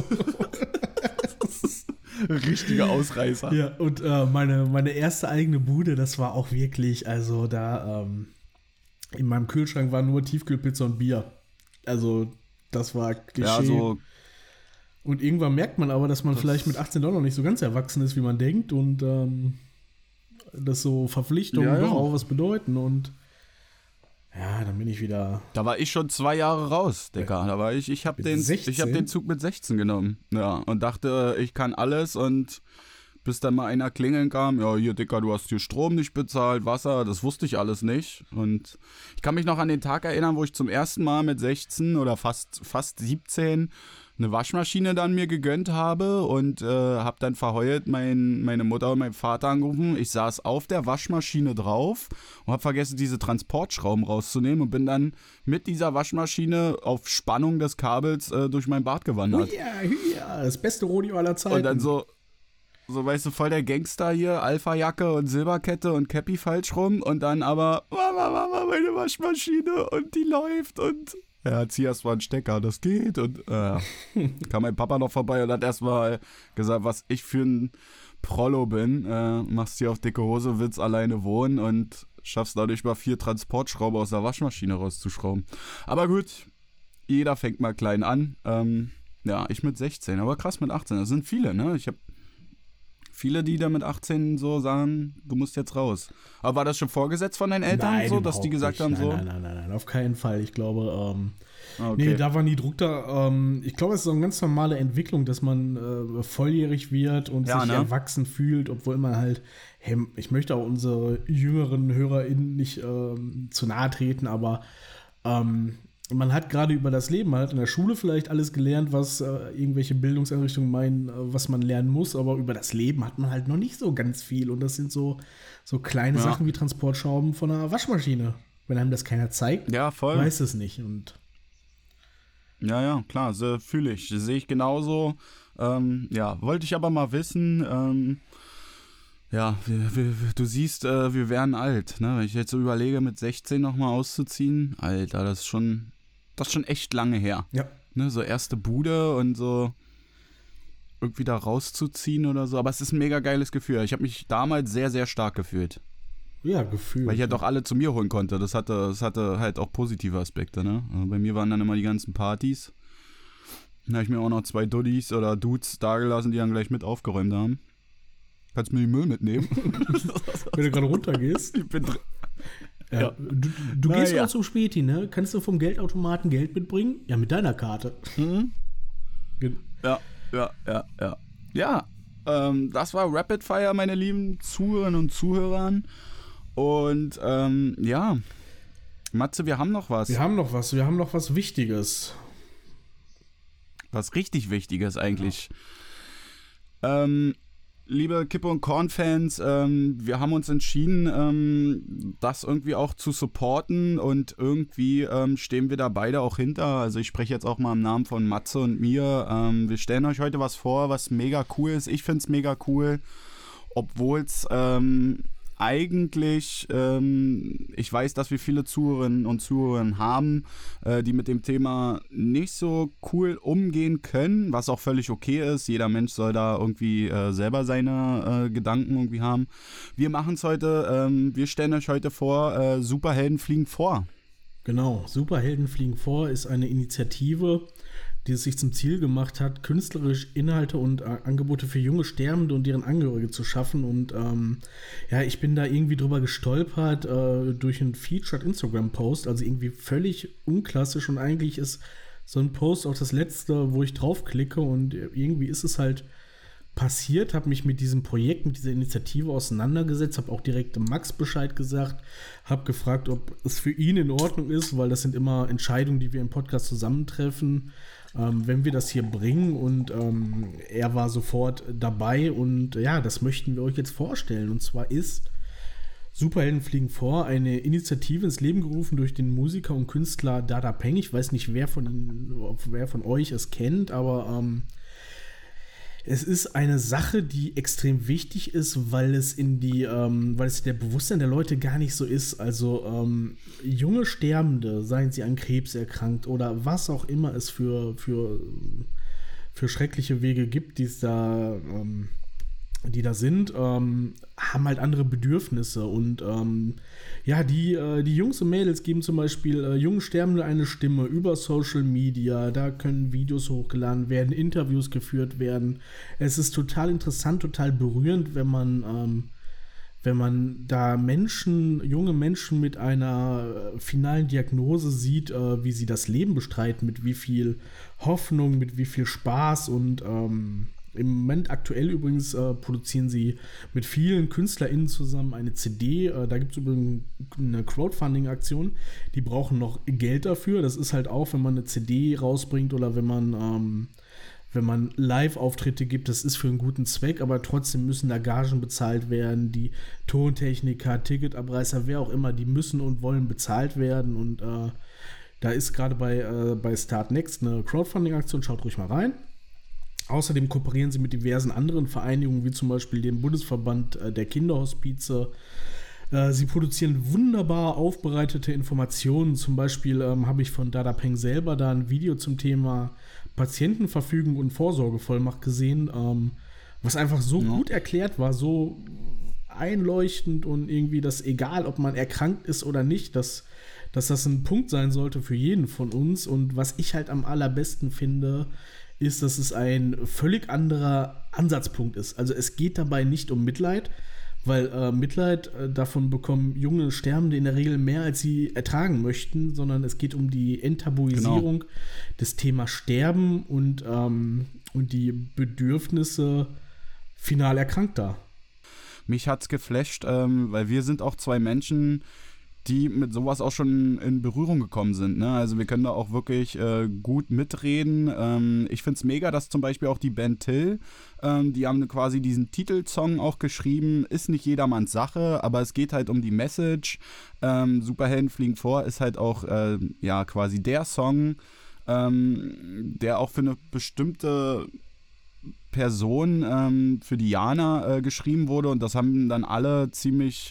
Richtiger Ausreißer. Ja, und äh, meine, meine erste eigene Bude, das war auch wirklich, also da ähm, in meinem Kühlschrank war nur Tiefkühlpizza und Bier. Also das war Klischee. Ja, so, Und irgendwann merkt man aber, dass man Das- vielleicht mit achtzehn doch noch nicht so ganz erwachsen ist, wie man denkt und ähm, dass so Verpflichtungen Ja, ja. doch auch was bedeuten und ja, dann bin ich wieder. da war ich schon zwei Jahre raus, Digga. Da war ich, ich habe Mit den, sechzehn? ich hab den Zug mit sechzehn genommen. Ja, und dachte, ich kann alles und bis dann mal einer klingeln kam, ja, hier, Dicker, du hast hier Strom nicht bezahlt, Wasser, das wusste ich alles nicht. Und ich kann mich noch an den Tag erinnern, wo ich zum ersten Mal mit sechzehn oder fast, fast siebzehn eine Waschmaschine dann mir gegönnt habe und äh, habe dann verheult mein, meine Mutter und meinen Vater angerufen. Ich saß auf der Waschmaschine drauf und habe vergessen, diese Transportschrauben rauszunehmen und bin dann mit dieser Waschmaschine auf Spannung des Kabels äh, durch mein Bad gewandert. Ja, ja, das beste Rodeo aller Zeiten. Und dann so, so weißt du, voll der Gangster hier, Alpha-Jacke und Silberkette und Cappy falsch rum und dann aber, Mama, Mama, meine Waschmaschine und die läuft und ja, zieh erst mal einen Stecker, das geht und äh, kam mein Papa noch vorbei und hat erstmal gesagt, was ich für ein Prollo bin, äh, machst hier auf dicke Hose, willst alleine wohnen und schaffst dadurch mal vier Transportschrauber aus der Waschmaschine rauszuschrauben. Aber gut, jeder fängt mal klein an, ähm, ja, ich mit sechzehn, aber krass mit achtzehn, das sind viele, ne, ich habe viele, die da mit achtzehn so sagen, du musst jetzt raus. Aber war das schon vorgesetzt von deinen Eltern, Nein, so, dass die überhaupt gesagt nicht. haben, nein, so? Nein, nein, nein, nein, auf keinen Fall. Ich glaube, ähm, Ah, okay. nee, da war nie Druck da. Ähm, ich glaube, es ist so eine ganz normale Entwicklung, dass man äh, volljährig wird und Ja, sich ne? erwachsen fühlt, obwohl man halt, hey, ich möchte auch unsere jüngeren HörerInnen nicht ähm, zu nahe treten, aber ähm, man hat gerade über das Leben, man hat in der Schule vielleicht alles gelernt, was äh, irgendwelche Bildungseinrichtungen meinen, äh, was man lernen muss, aber über das Leben hat man halt noch nicht so ganz viel. Und das sind so, so kleine Ja. Sachen wie Transportschrauben von einer Waschmaschine. Wenn einem das keiner zeigt, Ja, voll. weiß es nicht. Und Ja, ja, klar, so fühle ich. Sehe ich genauso. Ähm, ja, wollte ich aber mal wissen, ähm, ja, wir, wir, du siehst, äh, wir werden alt, ne? Wenn ich jetzt so überlege, mit sechzehn nochmal auszuziehen, Alter, das ist schon, das ist schon echt lange her. ja, Ne? So erste Bude und so irgendwie da rauszuziehen oder so. Aber es ist ein mega geiles Gefühl. Ich habe mich damals sehr, sehr stark gefühlt. ja, Gefühl. Weil ich ja doch alle zu mir holen konnte. Das hatte, das hatte halt auch positive Aspekte, ne? Also bei mir waren dann immer die ganzen Partys. Dann habe ich mir auch noch zwei Duddies oder Dudes dagelassen, die dann gleich mit aufgeräumt haben. Kannst mir den Müll mitnehmen? Wenn du gerade runtergehst. Ich bin dr- Ja, Ja. Du, du Na gehst ja. auch zum Späti, ne? Kannst du vom Geldautomaten Geld mitbringen? Ja, mit deiner Karte. Mhm. Ge- Ja, ja, ja, ja. Ja, ähm, das war Rapid Fire, meine lieben Zuhörerinnen und Zuhörer. Und ähm, ja, Matze, wir haben noch was. Wir haben noch was, wir haben noch was Wichtiges. Was richtig Wichtiges eigentlich. Ähm, liebe Kippe- und Korn-Fans, ähm, wir haben uns entschieden, ähm, das irgendwie auch zu supporten und irgendwie ähm, stehen wir da beide auch hinter. Also ich spreche jetzt auch mal im Namen von Matze und mir. Ähm, wir stellen euch heute was vor, was mega cool ist. Ich finde es mega cool, obwohl es ähm, eigentlich, ähm, ich weiß, dass wir viele Zuhörerinnen und Zuhörer haben, äh, die mit dem Thema nicht so cool umgehen können, was auch völlig okay ist. Jeder Mensch soll da irgendwie äh, selber seine äh, Gedanken irgendwie haben. Wir machen es heute, ähm, wir stellen euch heute vor, äh, Superhelden fliegen vor. Genau, Superhelden fliegen vor ist eine Initiative, die es sich zum Ziel gemacht hat, künstlerisch Inhalte und äh, Angebote für junge Sterbende und deren Angehörige zu schaffen. Und ähm, ja, ich bin da irgendwie drüber gestolpert äh, durch einen Featured Instagram-Post, also irgendwie völlig unklassisch. Und eigentlich ist so ein Post auch das letzte, wo ich draufklicke. Und irgendwie ist es halt passiert, habe mich mit diesem Projekt, mit dieser Initiative auseinandergesetzt, habe auch direkt dem Max Bescheid gesagt, habe gefragt, ob es für ihn in Ordnung ist, weil das sind immer Entscheidungen, die wir im Podcast zusammentreffen, ähm, wenn wir das hier bringen, und ähm, er war sofort dabei, und ja, das möchten wir euch jetzt vorstellen, und zwar ist Superhelden fliegen vor, eine Initiative ins Leben gerufen durch den Musiker und Künstler Dada Peng. Ich weiß nicht, wer von, Ihnen, wer von euch es kennt, aber ähm, es ist eine Sache, die extrem wichtig ist, weil es in die, ähm, weil es der Bewusstsein der Leute gar nicht so ist. Also ähm, junge Sterbende, seien sie an Krebs erkrankt oder was auch immer es für, für, für schreckliche Wege gibt, die es da, ähm, die da sind, ähm, haben halt andere Bedürfnisse, und ähm, ja, die, äh, die Jungs und Mädels geben zum Beispiel äh, jungen Sterbenden eine Stimme über Social Media, da können Videos hochgeladen werden, Interviews geführt werden. Es ist total interessant, total berührend, wenn man, ähm, wenn man da Menschen, junge Menschen mit einer äh, finalen Diagnose sieht, äh, wie sie das Leben bestreiten, mit wie viel Hoffnung, mit wie viel Spaß, und ähm, im Moment aktuell übrigens äh, produzieren sie mit vielen KünstlerInnen zusammen eine C D. Äh, da gibt es übrigens eine Crowdfunding-Aktion. Die brauchen noch Geld dafür. Das ist halt auch, wenn man eine C D rausbringt oder wenn man, ähm, wenn man Live-Auftritte gibt, das ist für einen guten Zweck, aber trotzdem müssen da Gagen bezahlt werden. Die Tontechniker, Ticketabreißer, wer auch immer, die müssen und wollen bezahlt werden. Und äh, da ist gerade bei, äh, bei Start Next eine Crowdfunding-Aktion. Schaut ruhig mal rein. Außerdem kooperieren sie mit diversen anderen Vereinigungen, wie zum Beispiel dem Bundesverband äh, der Kinderhospize. Äh, sie produzieren wunderbar aufbereitete Informationen. Zum Beispiel ähm, habe ich von Dada Peng selber da ein Video zum Thema Patientenverfügung und Vorsorgevollmacht gesehen, ähm, was einfach so ja. gut erklärt war, so einleuchtend, und irgendwie, dass egal, ob man erkrankt ist oder nicht, dass, dass das ein Punkt sein sollte für jeden von uns. Und was ich halt am allerbesten finde, ist, dass es ein völlig anderer Ansatzpunkt ist. Also es geht dabei nicht um Mitleid, weil äh, Mitleid, äh, davon bekommen junge Sterbende in der Regel mehr, als sie ertragen möchten, sondern es geht um die Enttabuisierung genau. des Themas Sterben und, ähm, und die Bedürfnisse final Erkrankter. Mich hat's geflasht, ähm, weil wir sind auch zwei Menschen, die mit sowas auch schon in Berührung gekommen sind. Ne? Also wir können da auch wirklich äh, gut mitreden. Ähm, ich finde es mega, dass zum Beispiel auch die Band Till, ähm, die haben quasi diesen Titelsong auch geschrieben, ist nicht jedermanns Sache, aber es geht halt um die Message. Ähm, Superhelden fliegen vor ist halt auch äh, ja quasi der Song, ähm, der auch für eine bestimmte Person, ähm, für Diana äh, geschrieben wurde, und das haben dann alle ziemlich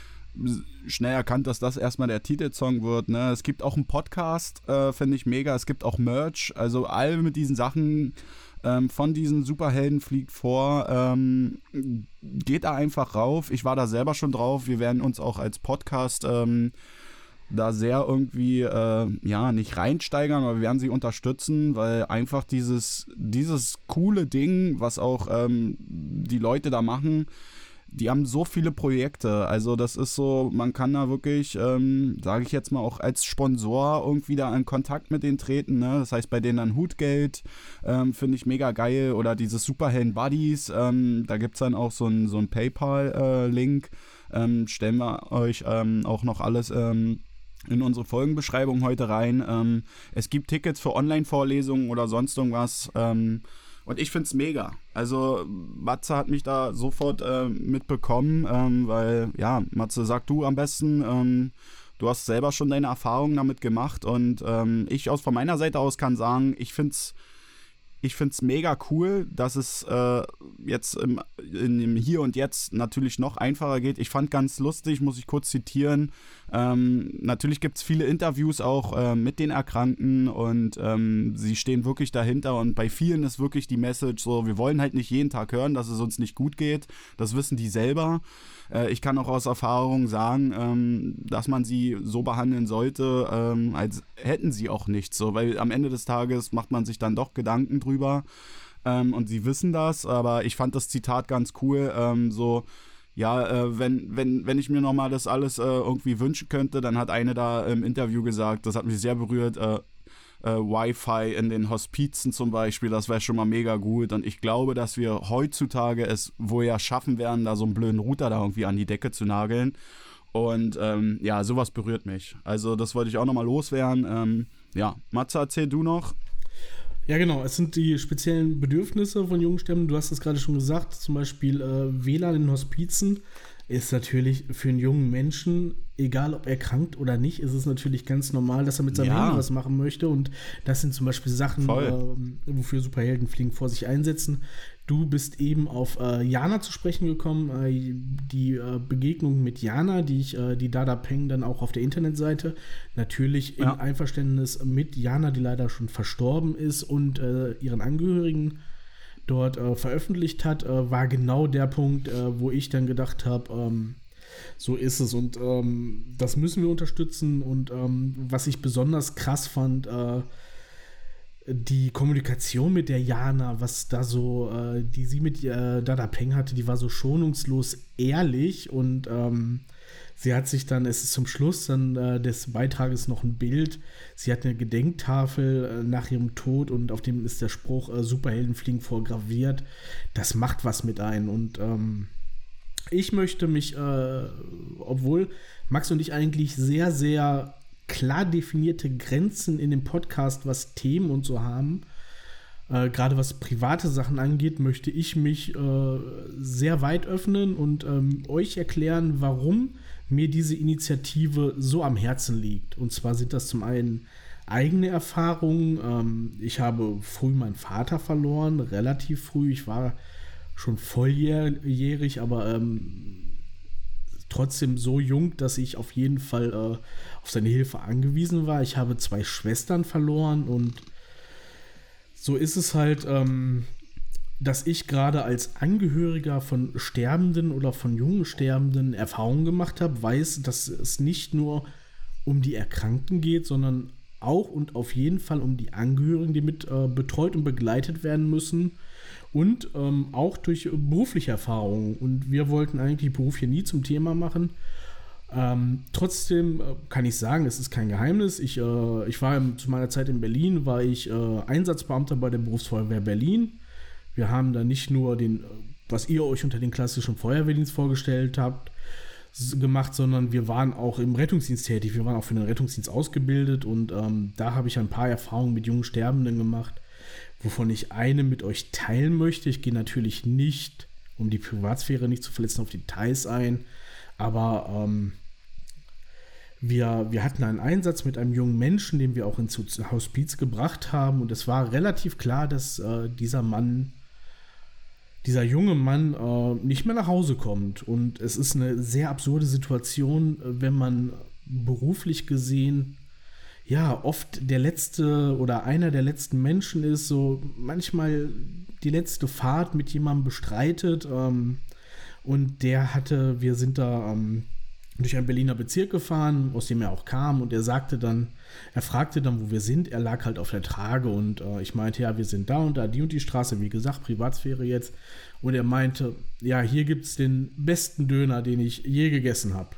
schnell erkannt, dass das erstmal der Titelsong wird. Ne? Es gibt auch einen Podcast, äh, finde ich mega. Es gibt auch Merch. Also all mit diesen Sachen ähm, von diesen Superhelden fliegt vor. Ähm, geht da einfach rauf. Ich war da selber schon drauf. Wir werden uns auch als Podcast ähm, da sehr irgendwie, äh, ja, nicht reinsteigern, aber wir werden sie unterstützen, weil einfach dieses, dieses coole Ding, was auch ähm, die Leute da machen, die haben so viele Projekte, also das ist so, man kann da wirklich, ähm, sage ich jetzt mal, auch als Sponsor irgendwie da in Kontakt mit denen treten, ne? Das heißt bei denen dann Hutgeld, ähm, finde ich mega geil, oder dieses Superhelden Buddies, ähm, da gibt es dann auch so ein, so ein PayPal-Link, ähm, stellen wir euch ähm, auch noch alles ähm, in unsere Folgenbeschreibung heute rein. Ähm, es gibt Tickets für Online-Vorlesungen oder sonst irgendwas, ähm, und ich find's mega. Also Matze hat mich da sofort äh, mitbekommen, ähm, weil, ja, Matze, sag du am besten, ähm, du hast selber schon deine Erfahrungen damit gemacht, und ähm, ich aus von meiner Seite aus kann sagen, ich find's Ich finde es mega cool, dass es äh, jetzt im, in dem Hier und Jetzt natürlich noch einfacher geht. Ich fand ganz lustig, muss ich kurz zitieren, ähm, natürlich gibt es viele Interviews auch äh, mit den Erkrankten, und ähm, sie stehen wirklich dahinter, und bei vielen ist wirklich die Message so, wir wollen halt nicht jeden Tag hören, dass es uns nicht gut geht, das wissen die selber. Äh, ich kann auch aus Erfahrung sagen, ähm, dass man sie so behandeln sollte, ähm, als hätten sie auch nichts, so, weil am Ende des Tages macht man sich dann doch Gedanken drüber, ähm, und sie wissen das, aber ich fand das Zitat ganz cool, ähm, so, ja, äh, wenn, wenn, wenn ich mir nochmal das alles äh, irgendwie wünschen könnte, dann hat eine da im Interview gesagt, das hat mich sehr berührt, äh, äh, Wi-Fi in den Hospizen zum Beispiel, das wäre schon mal mega gut, und ich glaube, dass wir heutzutage es wohl ja schaffen werden, da so einen blöden Router da irgendwie an die Decke zu nageln, und ähm, ja, sowas berührt mich. Also das wollte ich auch nochmal loswerden. Ähm, ja, Matze, erzähl du noch. Ja, genau. Es sind die speziellen Bedürfnisse von jungen Sterben. Du hast es gerade schon gesagt, zum Beispiel äh, W L A N in Hospizen ist natürlich für einen jungen Menschen, egal ob erkrankt oder nicht, ist es natürlich ganz normal, dass er mit seinem Ja. Handy was machen möchte. Und das sind zum Beispiel Sachen, Voll. äh, wofür Superhelden fliegen vor sich einsetzen. Du bist eben auf äh, Jana zu sprechen gekommen. Äh, die äh, Begegnung mit Jana, die ich, äh, die Dada Peng dann auch auf der Internetseite, natürlich Ja. im Einverständnis mit Jana, die leider schon verstorben ist, und äh, ihren Angehörigen dort äh, veröffentlicht hat, äh, war genau der Punkt, äh, wo ich dann gedacht habe, ähm, so ist es, und ähm, das müssen wir unterstützen. Und ähm, was ich besonders krass fand, äh, die Kommunikation mit der Jana, was da so, äh, die sie mit äh, Dada Peng hatte, die war so schonungslos ehrlich, und ähm, sie hat sich dann, es ist zum Schluss dann äh, des Beitrages noch ein Bild, sie hat eine Gedenktafel äh, nach ihrem Tod, und auf dem ist der Spruch, äh, Superhelden fliegen vor, graviert. Das macht was mit ein, und ähm, ich möchte mich, äh, obwohl Max und ich eigentlich sehr, sehr klar definierte Grenzen in dem Podcast, was Themen und so haben, äh, gerade was private Sachen angeht, möchte ich mich äh, sehr weit öffnen und ähm, euch erklären, warum mir diese Initiative so am Herzen liegt. Und zwar sind das zum einen eigene Erfahrungen. Ähm, ich habe früh meinen Vater verloren, relativ früh. Ich war schon volljährig, aber ähm, trotzdem so jung, dass ich auf jeden Fall äh, auf seine Hilfe angewiesen war. Ich habe zwei Schwestern verloren, und so ist es halt, ähm, dass ich gerade als Angehöriger von Sterbenden oder von jungen Sterbenden Erfahrungen gemacht habe, weiß, dass es nicht nur um die Erkrankten geht, sondern auch und auf jeden Fall um die Angehörigen, die mit äh, betreut und begleitet werden müssen. Und ähm, auch durch berufliche Erfahrungen. Und wir wollten eigentlich Beruf hier nie zum Thema machen. Ähm, trotzdem äh, kann ich sagen, es ist kein Geheimnis. Ich, äh, ich war im, zu meiner Zeit in Berlin, war ich äh, Einsatzbeamter bei der Berufsfeuerwehr Berlin. Wir haben da nicht nur den, was ihr euch unter den klassischen Feuerwehrdienst vorgestellt habt, gemacht, sondern wir waren auch im Rettungsdienst tätig. Wir waren auch für den Rettungsdienst ausgebildet und ähm, da habe ich ein paar Erfahrungen mit jungen Sterbenden gemacht, wovon ich eine mit euch teilen möchte. Ich gehe natürlich nicht, um die Privatsphäre nicht zu verletzen, auf Details ein, aber ähm, wir, wir hatten einen Einsatz mit einem jungen Menschen, den wir auch ins Hospiz gebracht haben und es war relativ klar, dass äh, dieser Mann dieser junge Mann äh, nicht mehr nach Hause kommt. Und es ist eine sehr absurde Situation, wenn man beruflich gesehen, ja, oft der letzte oder einer der letzten Menschen ist, so manchmal die letzte Fahrt mit jemandem bestreitet. Ähm, und der hatte, wir sind da ähm, durch einen Berliner Bezirk gefahren, aus dem er auch kam. Und er sagte dann, er fragte dann, wo wir sind. Er lag halt auf der Trage und äh, ich meinte, ja, wir sind da und da, die und die Straße, wie gesagt, Privatsphäre jetzt. Und er meinte, ja, hier gibt es den besten Döner, den ich je gegessen habe.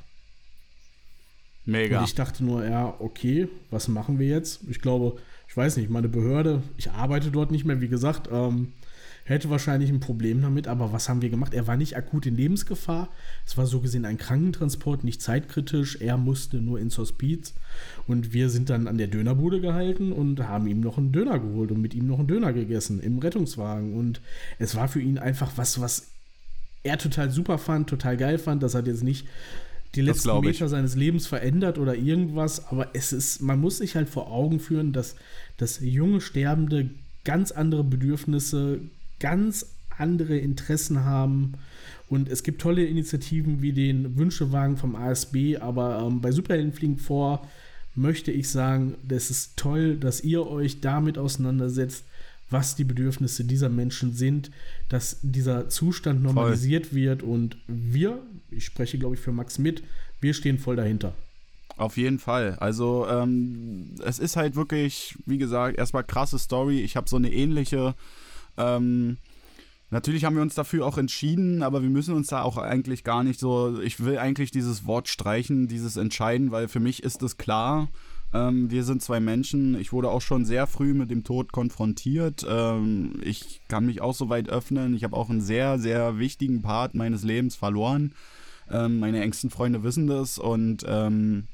Mega. Und ich dachte nur, ja, okay, was machen wir jetzt? Ich glaube, ich weiß nicht, meine Behörde, ich arbeite dort nicht mehr, wie gesagt, ähm, hätte wahrscheinlich ein Problem damit, aber was haben wir gemacht? Er war nicht akut in Lebensgefahr. Es war so gesehen ein Krankentransport, nicht zeitkritisch. Er musste nur ins Hospiz und wir sind dann an der Dönerbude gehalten und haben ihm noch einen Döner geholt und mit ihm noch einen Döner gegessen im Rettungswagen. Und es war für ihn einfach was, was er total super fand, total geil fand. Das hat jetzt nicht die letzten Meter seines Lebens verändert oder irgendwas, aber es ist, man muss sich halt vor Augen führen, dass, dass junge Sterbende ganz andere Bedürfnisse, ganz andere Interessen haben und es gibt tolle Initiativen wie den Wünschewagen vom A S B, aber ähm, bei Superhelden fliegen vor möchte ich sagen, das ist toll, dass ihr euch damit auseinandersetzt, was die Bedürfnisse dieser Menschen sind, dass dieser Zustand normalisiert voll wird und wir, ich spreche glaube ich für Max mit, wir stehen voll dahinter. Auf jeden Fall. Also ähm, es ist halt wirklich, wie gesagt, erstmal krasse Story. Ich habe so eine ähnliche, ähm, natürlich haben wir uns dafür auch entschieden, aber wir müssen uns da auch eigentlich gar nicht so, ich will eigentlich dieses Wort streichen, dieses Entscheiden, weil für mich ist es klar, ähm, wir sind zwei Menschen. Ich wurde auch schon sehr früh mit dem Tod konfrontiert. Ähm, ich kann mich auch so weit öffnen. Ich habe auch einen sehr, sehr wichtigen Part meines Lebens verloren. Ähm, meine engsten Freunde wissen das und ähm,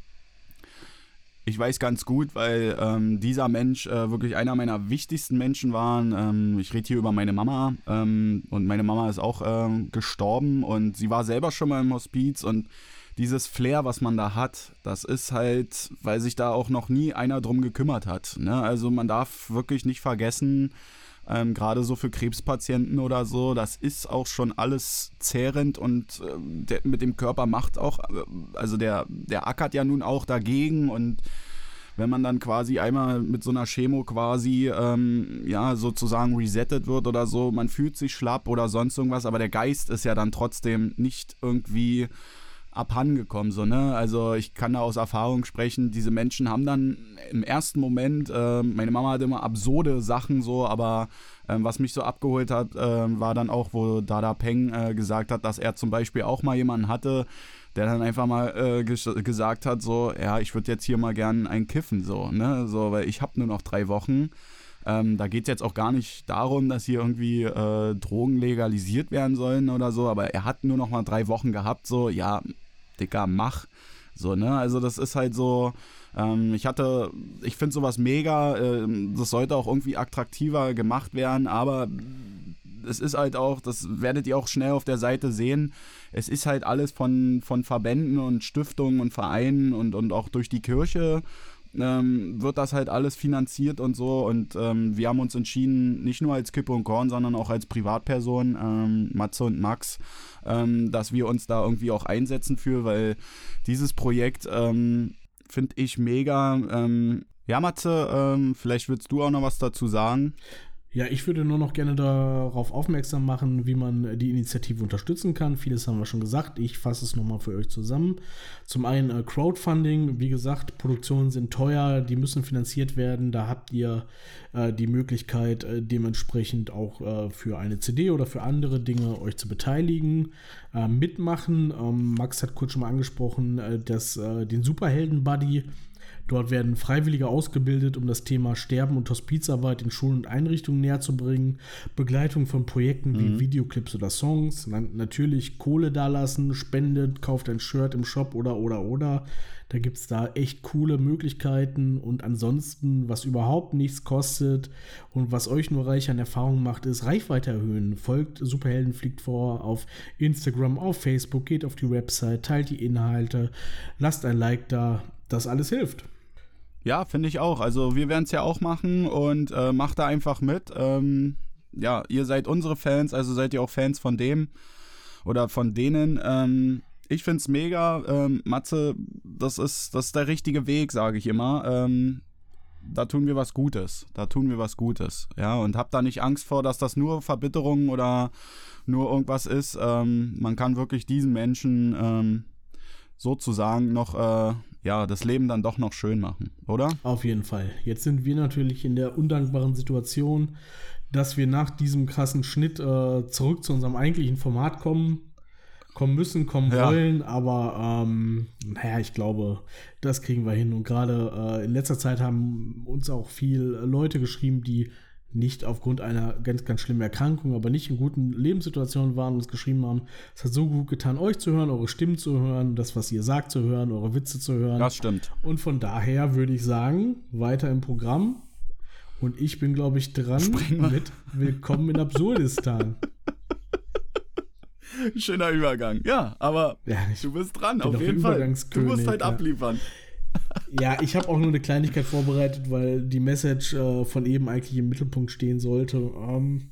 ich weiß ganz gut, weil ähm, dieser Mensch äh, wirklich einer meiner wichtigsten Menschen war. Ähm, ich rede hier über meine Mama ähm, und meine Mama ist auch ähm, gestorben und sie war selber schon mal im Hospiz und dieses Flair, was man da hat, das ist halt, weil sich da auch noch nie einer drum gekümmert hat. Ne? Also man darf wirklich nicht vergessen, ähm, gerade so für Krebspatienten oder so, das ist auch schon alles zehrend und äh, der, mit dem Körper macht auch, also der, der ackert ja nun auch dagegen und wenn man dann quasi einmal mit so einer Chemo quasi, ähm, ja, sozusagen resettet wird oder so, man fühlt sich schlapp oder sonst irgendwas, aber der Geist ist ja dann trotzdem nicht irgendwie abhandengekommen, so, ne? Also ich kann da aus Erfahrung sprechen, diese Menschen haben dann im ersten Moment, äh, meine Mama hatte immer absurde Sachen so, aber äh, was mich so abgeholt hat, äh, war dann auch, wo Dada Peng äh, gesagt hat, dass er zum Beispiel auch mal jemanden hatte, der dann einfach mal äh, ges- gesagt hat, so, ja, ich würde jetzt hier mal gern ein kiffen, so, ne? So, weil ich habe nur noch drei Wochen. Ähm, da geht es jetzt auch gar nicht darum, dass hier irgendwie äh, Drogen legalisiert werden sollen oder so, aber er hat nur noch mal drei Wochen gehabt, so, ja, Dicker, mach. So, ne, also das ist halt so, ähm, ich hatte, ich finde sowas mega, äh, das sollte auch irgendwie attraktiver gemacht werden, aber es ist halt auch, das werdet ihr auch schnell auf der Seite sehen, es ist halt alles von, von Verbänden und Stiftungen und Vereinen und, und auch durch die Kirche ähm, wird das halt alles finanziert und so und ähm, wir haben uns entschieden, nicht nur als Kippe und Korn, sondern auch als Privatperson, ähm, Matze und Max, ähm, dass wir uns da irgendwie auch einsetzen für, weil dieses Projekt ähm, finde ich mega. Ähm, ja, Matze, ähm, vielleicht willst du auch noch was dazu sagen? Ja, ich würde nur noch gerne darauf aufmerksam machen, wie man die Initiative unterstützen kann. Vieles haben wir schon gesagt. Ich fasse es nochmal für euch zusammen. Zum einen äh, Crowdfunding. Wie gesagt, Produktionen sind teuer, die müssen finanziert werden. Da habt ihr äh, die Möglichkeit, äh, dementsprechend auch äh, für eine C D oder für andere Dinge euch zu beteiligen, äh, mitmachen. Ähm, Max hat kurz schon mal angesprochen, äh, dass, äh, den Superhelden-Buddy. Dort werden Freiwillige ausgebildet, um das Thema Sterben und Hospizarbeit in Schulen und Einrichtungen näher zu bringen. Begleitung von Projekten mhm. wie Videoclips oder Songs. Dann natürlich Kohle dalassen, spendet, kauft ein Shirt im Shop oder, oder, oder. Da gibt es da echt coole Möglichkeiten. Und ansonsten, was überhaupt nichts kostet und was euch nur reich an Erfahrung macht, ist Reichweite erhöhen. Folgt Superhelden fliegt vor auf Instagram, auf Facebook, geht auf die Website, teilt die Inhalte, lasst ein Like da. Das alles hilft. Ja, finde ich auch. Also wir werden es ja auch machen und äh, macht da einfach mit. Ähm, ja, ihr seid unsere Fans, also seid ihr auch Fans von dem oder von denen. Ähm, ich finde es mega. Ähm, Matze, das ist, das ist der richtige Weg, sage ich immer. Ähm, da tun wir was Gutes. Da tun wir was Gutes. Ja, und habt da nicht Angst vor, dass das nur Verbitterung oder nur irgendwas ist. Ähm, man kann wirklich diesen Menschen ähm, sozusagen noch äh, ja, das Leben dann doch noch schön machen, oder? Auf jeden Fall. Jetzt sind wir natürlich in der undankbaren Situation, dass wir nach diesem krassen Schnitt äh, zurück zu unserem eigentlichen Format kommen, kommen müssen, kommen ja. wollen, aber ähm, naja, ich glaube, das kriegen wir hin. Und gerade äh, in letzter Zeit haben uns auch viele Leute geschrieben, die nicht aufgrund einer ganz, ganz schlimmen Erkrankung, aber nicht in guten Lebenssituationen waren und uns geschrieben haben, es hat so gut getan, euch zu hören, eure Stimmen zu hören, das, was ihr sagt, zu hören, eure Witze zu hören. Das stimmt. Und von daher würde ich sagen, weiter im Programm. Und ich bin, glaube ich, dran mit Willkommen in Absurdistan. Schöner Übergang. Ja, aber ja, du bist dran, auf jeden Fall. Du musst halt ja. abliefern. Ja, ich habe auch nur eine Kleinigkeit vorbereitet, weil die Message äh, von eben eigentlich im Mittelpunkt stehen sollte. Ähm,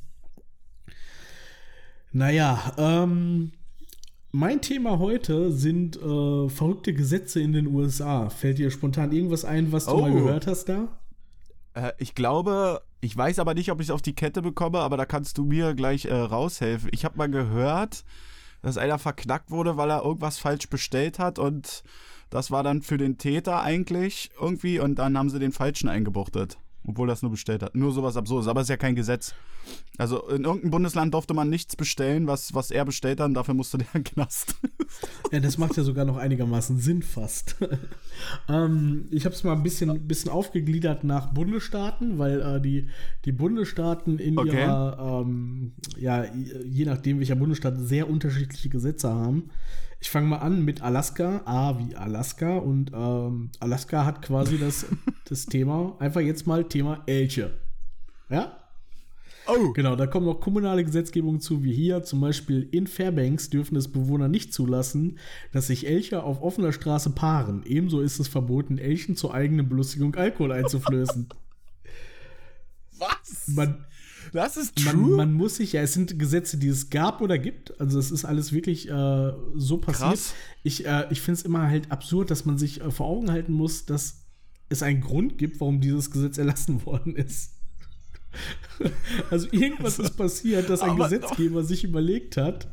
naja, ähm, mein Thema heute sind äh, verrückte Gesetze in den U S A. Fällt dir spontan irgendwas ein, was du oh. mal gehört hast da? Äh, ich glaube, ich weiß aber nicht, ob ich es auf die Kette bekomme, aber da kannst du mir gleich äh, raushelfen. Ich habe mal gehört, dass einer verknackt wurde, weil er irgendwas falsch bestellt hat und das war dann für den Täter eigentlich irgendwie und dann haben sie den Falschen eingebuchtet, obwohl er es nur bestellt hat. Nur sowas Absurdes, aber es ist ja kein Gesetz. Also in irgendeinem Bundesland durfte man nichts bestellen, was, was er bestellt hat und dafür musste der in den Knast. Ja, das macht ja sogar noch einigermaßen Sinn fast. ähm, ich habe es mal ein bisschen, bisschen aufgegliedert nach Bundesstaaten, weil äh, die, die Bundesstaaten in okay. ihrer, ähm, ja, je nachdem welcher Bundesstaat, sehr unterschiedliche Gesetze haben. Ich fange mal an mit Alaska, A wie Alaska und ähm, Alaska hat quasi das, das Thema, einfach jetzt mal Thema Elche. Ja? Oh. Genau, da kommen noch kommunale Gesetzgebungen zu, wie hier. Zum Beispiel in Fairbanks dürfen es Bewohner nicht zulassen, dass sich Elche auf offener Straße paaren. Ebenso ist es verboten, Elchen zur eigenen Belustigung Alkohol einzuflößen. Was? Man, das ist true? Man, man muss sich, ja, es sind Gesetze, die es gab oder gibt. Also es ist alles wirklich äh, so passiert. Krass. Ich, äh, ich finde es immer halt absurd, dass man sich äh, vor Augen halten muss, dass es einen Grund gibt, warum dieses Gesetz erlassen worden ist. Also irgendwas ist passiert, dass ein Aber Gesetzgeber doch. sich überlegt hat.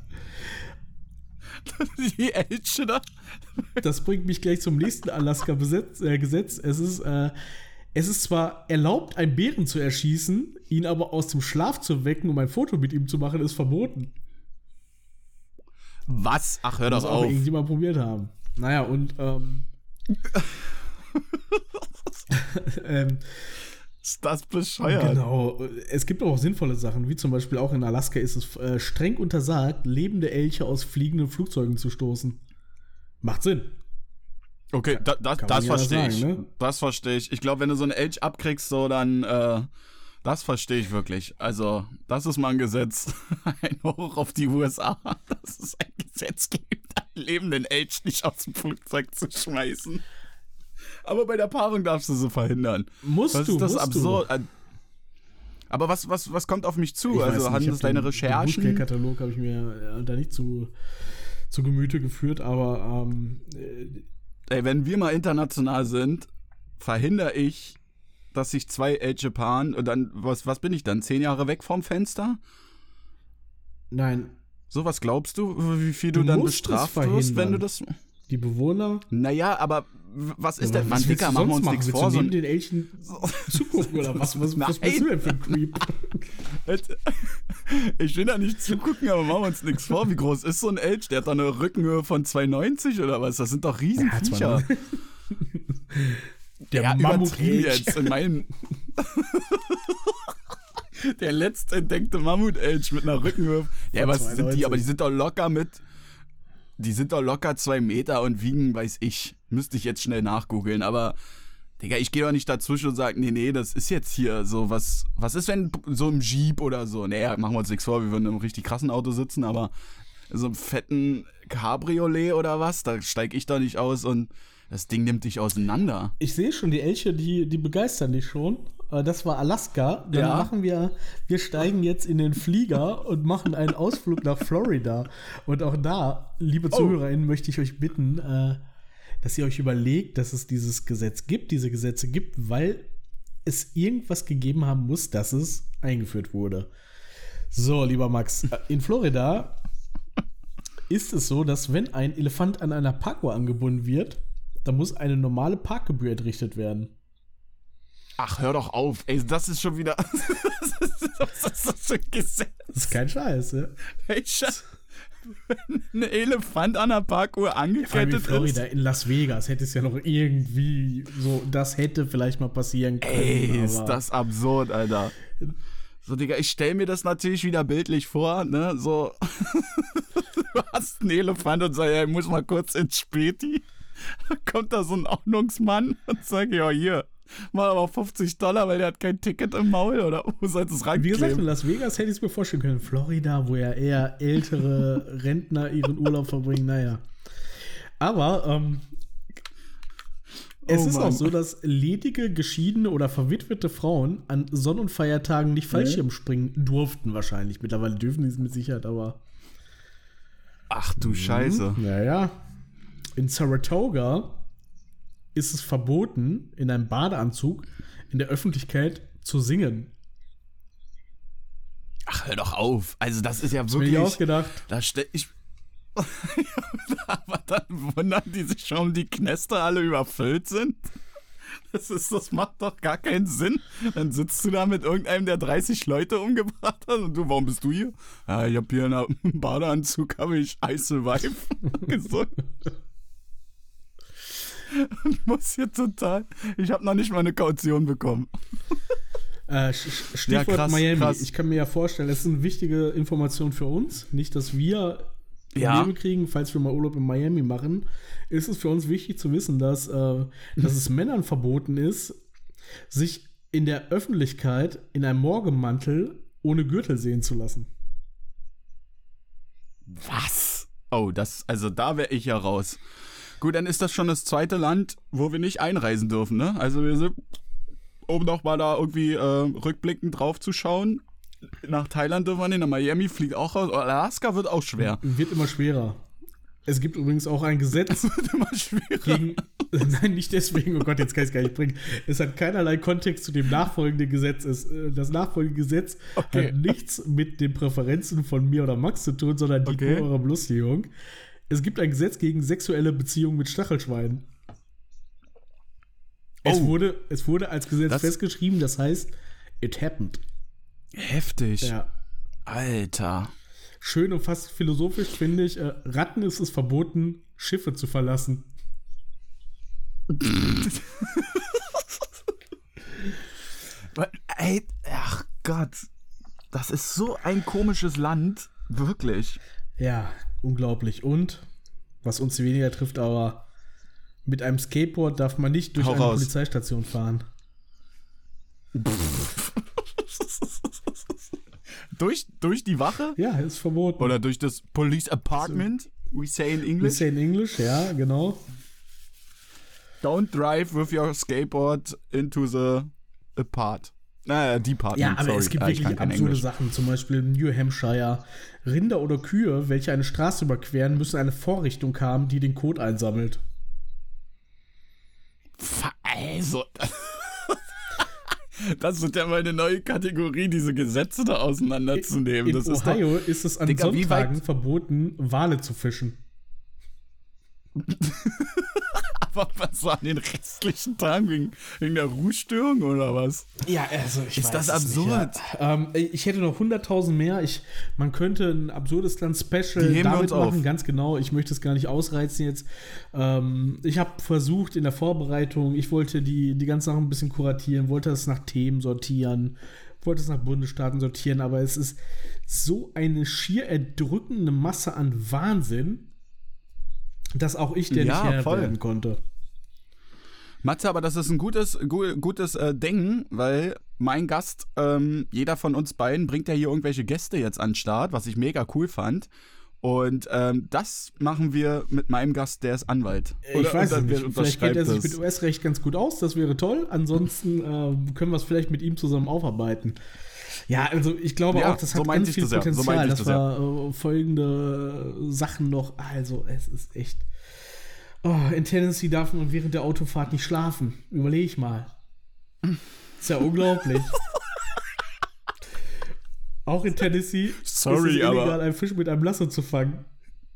Die Elche da. Das bringt mich gleich zum nächsten Alaska-Gesetz. Äh, Gesetz. Es ist, äh, es ist zwar erlaubt, einen Bären zu erschießen, ihn aber aus dem Schlaf zu wecken, um ein Foto mit ihm zu machen, ist verboten. Was? Ach, hör doch auf. Das auch irgendjemand probiert haben. Naja, und ähm, ähm ist das bescheuert? Genau. Es gibt auch sinnvolle Sachen, wie zum Beispiel auch in Alaska ist es äh, streng untersagt, lebende Elche aus fliegenden Flugzeugen zu stoßen. Macht Sinn. Okay, da, das, das verstehe ich. Ne? Das verstehe ich. Ich glaube, wenn du so einen Elch abkriegst, so dann, äh, das verstehe ich wirklich. Also, das ist mal ein Gesetz. Ein Hoch auf die U S A, dass es ein Gesetz gibt, einen lebenden Elch nicht aus dem Flugzeug zu schmeißen. Aber bei der Paarung darfst du sie verhindern. Musst was du, ist das musst absurd? du. Aber was, was, was kommt auf mich zu? Ich also haben das deine den, Recherchen? Den Katalog habe ich mir äh, da nicht zu, zu Gemüte geführt, aber ähm, äh, ey, wenn wir mal international sind, verhindere ich, dass sich zwei Elche paaren und dann, was, was bin ich dann? Zehn Jahre weg vom Fenster? Nein. So, was glaubst du, wie viel du, du dann bestraft wirst, wenn du das... Die Bewohner? Naja, aber was ist denn? Mann, Dicker, machen wir uns nichts vor. Willst du neben den Elchen zugucken oder was? Was, was bist du denn für ein Creep? Ich will da nicht zugucken, aber machen wir uns nichts vor. Wie groß ist so ein Elch? Der hat doch eine Rückenhöhe von zwei neunzig oder was? Das sind doch Riesenviecher. Ja, Der ja, übertrieben Mammutelch. jetzt in meinen... Der letzte entdeckte Mammutelch mit einer Rückenwürfe. Ja, was sind die? Aber die sind doch locker mit... Die sind doch locker zwei Meter und wiegen, weiß ich. Müsste ich jetzt schnell nachgoogeln, aber... Digga, ich gehe doch nicht dazwischen und sage, nee, nee, das ist jetzt hier so, was... Was ist, wenn so im Jeep oder so... Naja, machen wir uns nichts vor, wir würden in einem richtig krassen Auto sitzen, aber... So einem fetten Cabriolet oder was, da steige ich doch nicht aus und... Das Ding nimmt dich auseinander. Ich sehe schon, die Elche, die, die begeistern dich schon. Das war Alaska. Dann Ja. machen wir, wir steigen jetzt in den Flieger und machen einen Ausflug nach Florida. Und auch da, liebe Oh. ZuhörerInnen, möchte ich euch bitten, äh, dass ihr euch überlegt, dass es dieses Gesetz gibt, diese Gesetze gibt, weil es irgendwas gegeben haben muss, dass es eingeführt wurde. So, lieber Max, in Florida ist es so, dass wenn ein Elefant an einer Parkuhr angebunden wird, da muss eine normale Parkgebühr entrichtet werden. Ach, hör doch auf. Ey, das ist schon wieder... Was ist das für ein Gesetz? Das ist kein Scheiß, ja. Welcher... Wenn ein Elefant an der Parkuhr Vor allem in angekettet Florida, ist. in Las Vegas hätte es ja noch irgendwie so, das hätte vielleicht mal passieren können. Ey, ist aber das absurd, Alter. So, Digga, ich stell mir das natürlich wieder bildlich vor, ne, so... Du hast einen Elefant und sagst, ja, ich muss mal kurz ins Späti. Da kommt da so ein Ordnungsmann und sagt, ja, hier, mach aber fünfzig Dollar, weil der hat kein Ticket im Maul, oder wo soll es Wie gesagt, in reinkleben? Las Vegas hätte ich es mir vorstellen können. Florida, wo ja eher ältere Rentner ihren Urlaub verbringen, naja. Aber ähm, es Oh ist Mann. auch so, dass ledige, geschiedene oder verwitwete Frauen an Sonn- und Feiertagen nicht Fallschirm springen durften wahrscheinlich. Mittlerweile dürfen die es mit Sicherheit, aber Ach du Scheiße. naja. In Saratoga ist es verboten, in einem Badeanzug in der Öffentlichkeit zu singen. Ach, hör doch auf. Also das ist ja Das hab ich wirklich... ausgedacht. Da stell ich... Aber dann wundern die sich schon, um die Knäste alle überfüllt sind. Das, ist, das macht doch gar keinen Sinn. Dann sitzt du da mit irgendeinem, der dreißig Leute umgebracht hat und du, warum bist du hier? Ja, ich hab hier in einem Badeanzug, habe ich I Survive gesungen. Und muss hier total... Ich habe noch nicht mal eine Kaution bekommen. Äh, Sch- Stichwort Ja, krass, Miami. krass. Ich kann mir ja vorstellen, das ist eine wichtige Information für uns. Nicht, dass wir Probleme Ja. kriegen, falls wir mal Urlaub in Miami machen. Ist es für uns wichtig zu wissen, dass, äh, dass es Männern verboten ist, sich in der Öffentlichkeit in einem Morgenmantel ohne Gürtel sehen zu lassen. Was? Oh, das, also da wäre ich ja raus. Gut, dann ist das schon das zweite Land, wo wir nicht einreisen dürfen, ne? Also wir sind, um noch mal da irgendwie äh, rückblickend drauf zu schauen, nach Thailand dürfen wir nicht, nach Miami fliegt auch raus, Alaska wird auch schwer. Wird immer schwerer. Es gibt übrigens auch ein Gesetz Wird immer schwerer. gegen. Nein, nicht deswegen, oh Gott, jetzt kann ich es gar nicht bringen. Es hat keinerlei Kontext zu dem nachfolgenden Gesetz. Es, äh, das nachfolgende Gesetz Okay. hat nichts mit den Präferenzen von mir oder Max zu tun, sondern dient Okay. nur eurer Belustigung. Es gibt ein Gesetz gegen sexuelle Beziehungen mit Stachelschweinen. Es, Oh. wurde, es wurde als Gesetz Das- festgeschrieben, das heißt, it happened. Heftig. Ja. Alter. Schön und fast philosophisch finde ich, äh, Ratten ist es verboten, Schiffe zu verlassen. Ey, ach Gott. Das ist so ein komisches Land. Wirklich. Ja, unglaublich. Und, was uns weniger trifft, aber mit einem Skateboard darf man nicht durch Hau eine raus. Polizeistation fahren. durch, durch die Wache? Ja, ist verboten. Oder durch das Police Apartment? We say in We English. say in English, ja, genau. Don't drive with your skateboard into the apart. Naja, Department, Ja, aber sorry. es gibt Ah, ich wirklich kann kein absurde Englisch. Sachen. Zum Beispiel in New Hampshire. Rinder oder Kühe, welche eine Straße überqueren, müssen eine Vorrichtung haben, die den Code einsammelt. Also, das wird ja mal eine neue Kategorie, diese Gesetze da auseinanderzunehmen. In Das ist Ohio doch, ist es an Digga, wie Sonntagen weit- verboten, Wale zu fischen. Aber was so an den restlichen Tagen wegen, wegen der Ruhestörung oder was? Ja, also ich Ist weiß das es absurd? Nicht, ja. ähm, ich hätte noch hunderttausend mehr. Ich, man könnte ein absurdes Land-Special Die heben wir damit uns machen, auf. ganz genau. Ich möchte es gar nicht ausreizen jetzt. Ähm, ich habe versucht in der Vorbereitung, ich wollte die, die ganzen Sachen ein bisschen kuratieren, wollte es nach Themen sortieren, wollte es nach Bundesstaaten sortieren, aber es ist so eine schier erdrückende Masse an Wahnsinn, dass auch ich der Ja, nicht Herr voll. werden konnte. Matze, aber das ist ein gutes, gu gutes äh, Ding, weil mein Gast, ähm, jeder von uns beiden bringt ja hier irgendwelche Gäste jetzt an den Start, was ich mega cool fand. Und ähm, das machen wir mit meinem Gast, der ist Anwalt. Ich weiß es und nicht. Vielleicht kennt er sich das. mit U S-Recht ganz gut aus, das wäre toll. Ansonsten äh, können wir es vielleicht mit ihm zusammen aufarbeiten. Ja, also ich glaube Ja, auch, das so hat meinte ganz ich viel das ja. So Potenzial, meinte ich dass das wir äh, folgende Sachen noch, also es ist echt, oh, in Tennessee darf man während der Autofahrt nicht schlafen. Überlege ich mal. Ist ja unglaublich. Auch in Tennessee Sorry, ist es illegal, aber- einen Fisch mit einem Lasso zu fangen.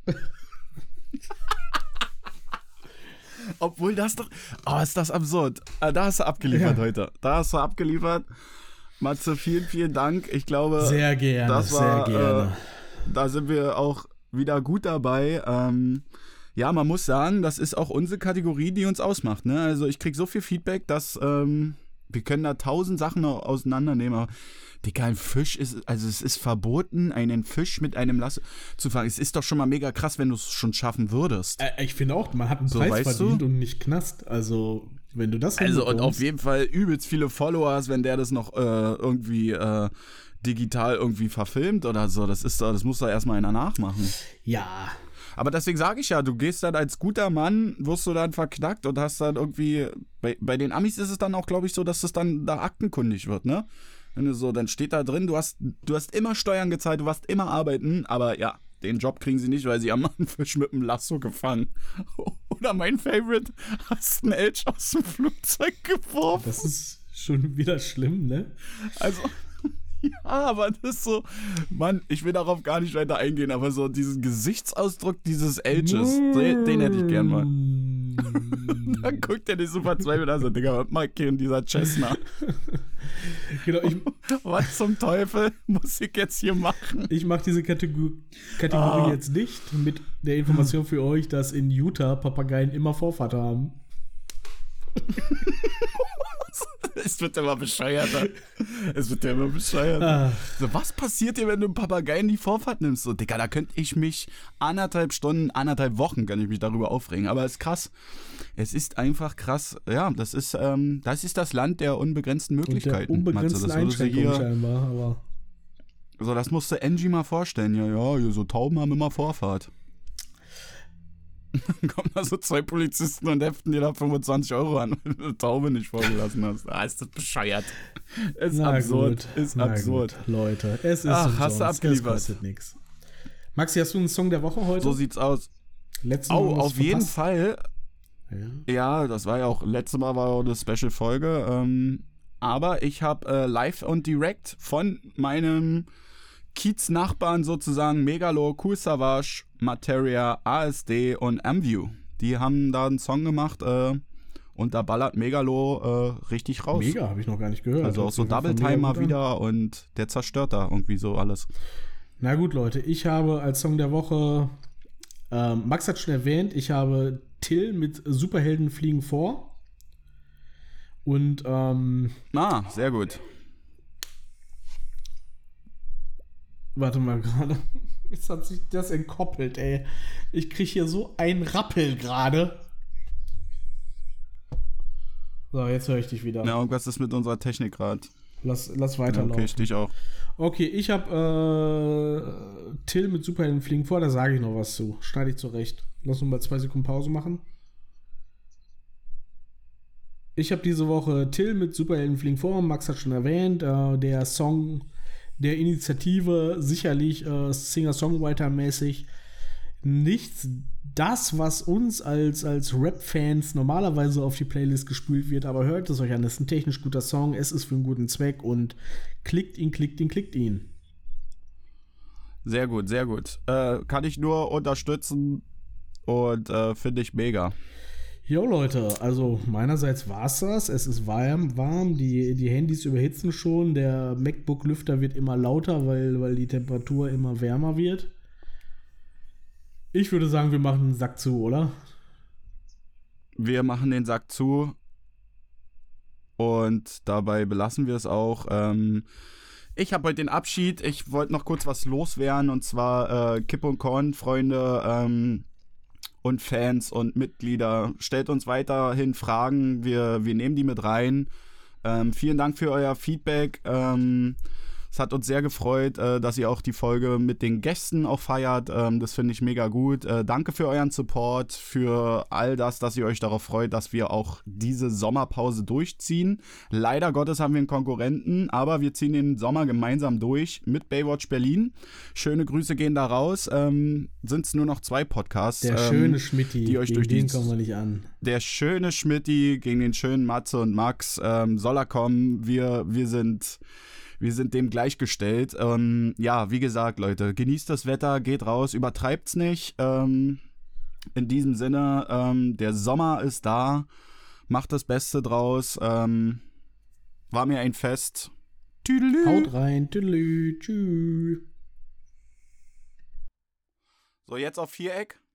Obwohl das doch. Oh, ist das absurd. Ah, Da hast du abgeliefert Ja. heute. Da hast du abgeliefert. Matze, vielen, vielen Dank. Ich glaube, Sehr gerne, das war, sehr gerne. Äh, da sind wir auch wieder gut dabei. Ähm, ja, man muss sagen, das ist auch unsere Kategorie, die uns ausmacht. Ne? Also ich kriege so viel Feedback, dass ähm, wir können da tausend Sachen au- auseinandernehmen. Aber Digga, ein Fisch ist, also es ist verboten, einen Fisch mit einem Lasso zu fangen. Es ist doch schon mal mega krass, wenn du es schon schaffen würdest. Äh, ich finde auch, man hat einen So, Preis weißt verdient du? und nicht Knast. Also, wenn du das Also und hinbekommst- auf jeden Fall übelst viele Follower hast, wenn der das noch äh, irgendwie äh, digital irgendwie verfilmt oder so. Das ist doch, das muss doch erstmal einer nachmachen. Ja, Aber deswegen sage ich ja, du gehst dann als guter Mann, wirst du dann verknackt und hast dann irgendwie, bei, bei den Amis ist es dann auch, glaube ich, so, dass es dann da aktenkundig wird, ne? Wenn du so, dann steht da drin, du hast, du hast immer Steuern gezahlt, du warst immer arbeiten, aber ja, den Job kriegen sie nicht, weil sie haben einen Fisch mit einem Lasso gefangen. Oder mein Favorite, hast einen Elch aus dem Flugzeug geworfen. das ist schon wieder schlimm, ne? Also, ja, aber das ist so, Mann, ich will darauf gar nicht weiter eingehen, aber so diesen Gesichtsausdruck dieses Elches, den, den hätte ich gern mal. Dann guckt er dich so verzweifelt an, so, Digga, was macht hier in dieser Cessna? Genau, ich, Was zum Teufel muss ich jetzt hier machen? ich mache diese Kategor Kategorie Ah. jetzt nicht mit der Information für euch, dass in Utah Papageien immer Vorfahrt haben. Es wird immer bescheuerter. Es wird ja immer bescheuerter. Ah, So, was passiert dir, wenn du einen Papageien die Vorfahrt nimmst? So, Digga, da könnte ich mich anderthalb Stunden, anderthalb Wochen kann ich mich darüber aufregen. Aber es ist krass. Es ist einfach krass. Ja, das ist, ähm, das ist das Land der unbegrenzten und der Möglichkeiten. unbegrenzten Matze. Das würdest du Einschränkungen hier, scheinbar, aber so, das musst du Angie mal vorstellen. Ja, ja, hier so Tauben haben immer Vorfahrt. Dann kommen da so zwei Polizisten und heften dir da fünfundzwanzig Euro an, wenn du eine Taube nicht vorgelassen hast. Ah, ist das bescheuert. Ist na absurd. gut, Ist na absurd. gut, Leute, es ist Ach, umsonst, hast du es abgeliefert. kostet nichts. Maxi, hast du einen Song der Woche heute? So sieht's aus. Letztes Mal Oh, haben wir es auf jeden verpasst. Fall. Ja. Ja, das war ja auch, letztes Mal war auch eine Special-Folge. Ähm, aber ich habe äh, live und direkt von meinem Kiez-Nachbarn sozusagen Megalo, Cool Savage, Materia, A S D und Amview. Die haben da einen Song gemacht äh, und da ballert Megalo äh, richtig raus. Mega, habe ich noch gar nicht gehört. Also auch Hört so sich auf Double jeden Fall Time mega mal gut an. wieder und der zerstört da irgendwie so alles. Na gut, Leute, ich habe als Song der Woche, ähm, Max hat schon erwähnt, ich habe Till mit Superhelden fliegen vor. Und, ähm, Ah, sehr gut. warte mal gerade. Jetzt hat sich das entkoppelt, ey. Ich kriege hier so einen Rappel gerade. So, jetzt höre ich dich wieder. Ja, irgendwas ist mit unserer Technik gerade. Lass, lass Ja, weiterlaufen. okay, ich dich auch. Okay, ich habe äh, Till mit Superhelden fliegen vor, da sage ich noch was zu. Schneide ich zurecht. Lass uns mal zwei Sekunden Pause machen. Ich habe diese Woche Till mit Superhelden fliegen vor. Max hat schon erwähnt, äh, der Song der Initiative, sicherlich äh, Singer-Songwriter-mäßig nichts das, was uns als, als Rap-Fans normalerweise auf die Playlist gespült wird, aber hört es euch an, das ist ein technisch guter Song, es ist für einen guten Zweck und klickt ihn, klickt ihn, klickt ihn. Sehr gut, sehr gut. Äh, kann ich nur unterstützen und äh, finde ich mega. Jo Leute, also meinerseits war's das. Es ist warm, warm. Die, die Handys überhitzen schon. Der MacBook-Lüfter wird immer lauter, weil, weil die Temperatur immer wärmer wird. Ich würde sagen, wir machen den Sack zu, oder? Wir machen den Sack zu und dabei belassen wir es auch. Ähm, ich habe heute den Abschied. Ich wollte noch kurz was loswerden und zwar äh, Kipp und Korn, Freunde, ähm, und Fans und Mitglieder. Stellt uns weiterhin Fragen, wir, wir nehmen die mit rein. Ähm, vielen Dank für euer Feedback. Ähm, es hat uns sehr gefreut, äh, dass ihr auch die Folge mit den Gästen auch feiert. Ähm, das finde ich mega gut. Äh, danke für euren Support, für all das, dass ihr euch darauf freut, dass wir auch diese Sommerpause durchziehen. Leider Gottes haben wir einen Konkurrenten, aber wir ziehen den Sommer gemeinsam durch mit Baywatch Berlin. Schöne Grüße gehen da raus. Ähm, sind es nur noch zwei Podcasts. Der ähm, schöne Schmitti, die euch gegen durch den die, kommen wir nicht an. Der schöne Schmitti gegen den schönen Matze und Max. Ähm, soll er kommen. Wir, wir sind... Wir sind dem gleichgestellt. Ähm, ja, wie gesagt, Leute, genießt das Wetter, geht raus, übertreibt's nicht. Ähm, in diesem Sinne, ähm, der Sommer ist da, macht das Beste draus. Ähm, war mir ein Fest. Tüdelü. Haut rein, tüdelü, tschüss. So, jetzt auf Viereck.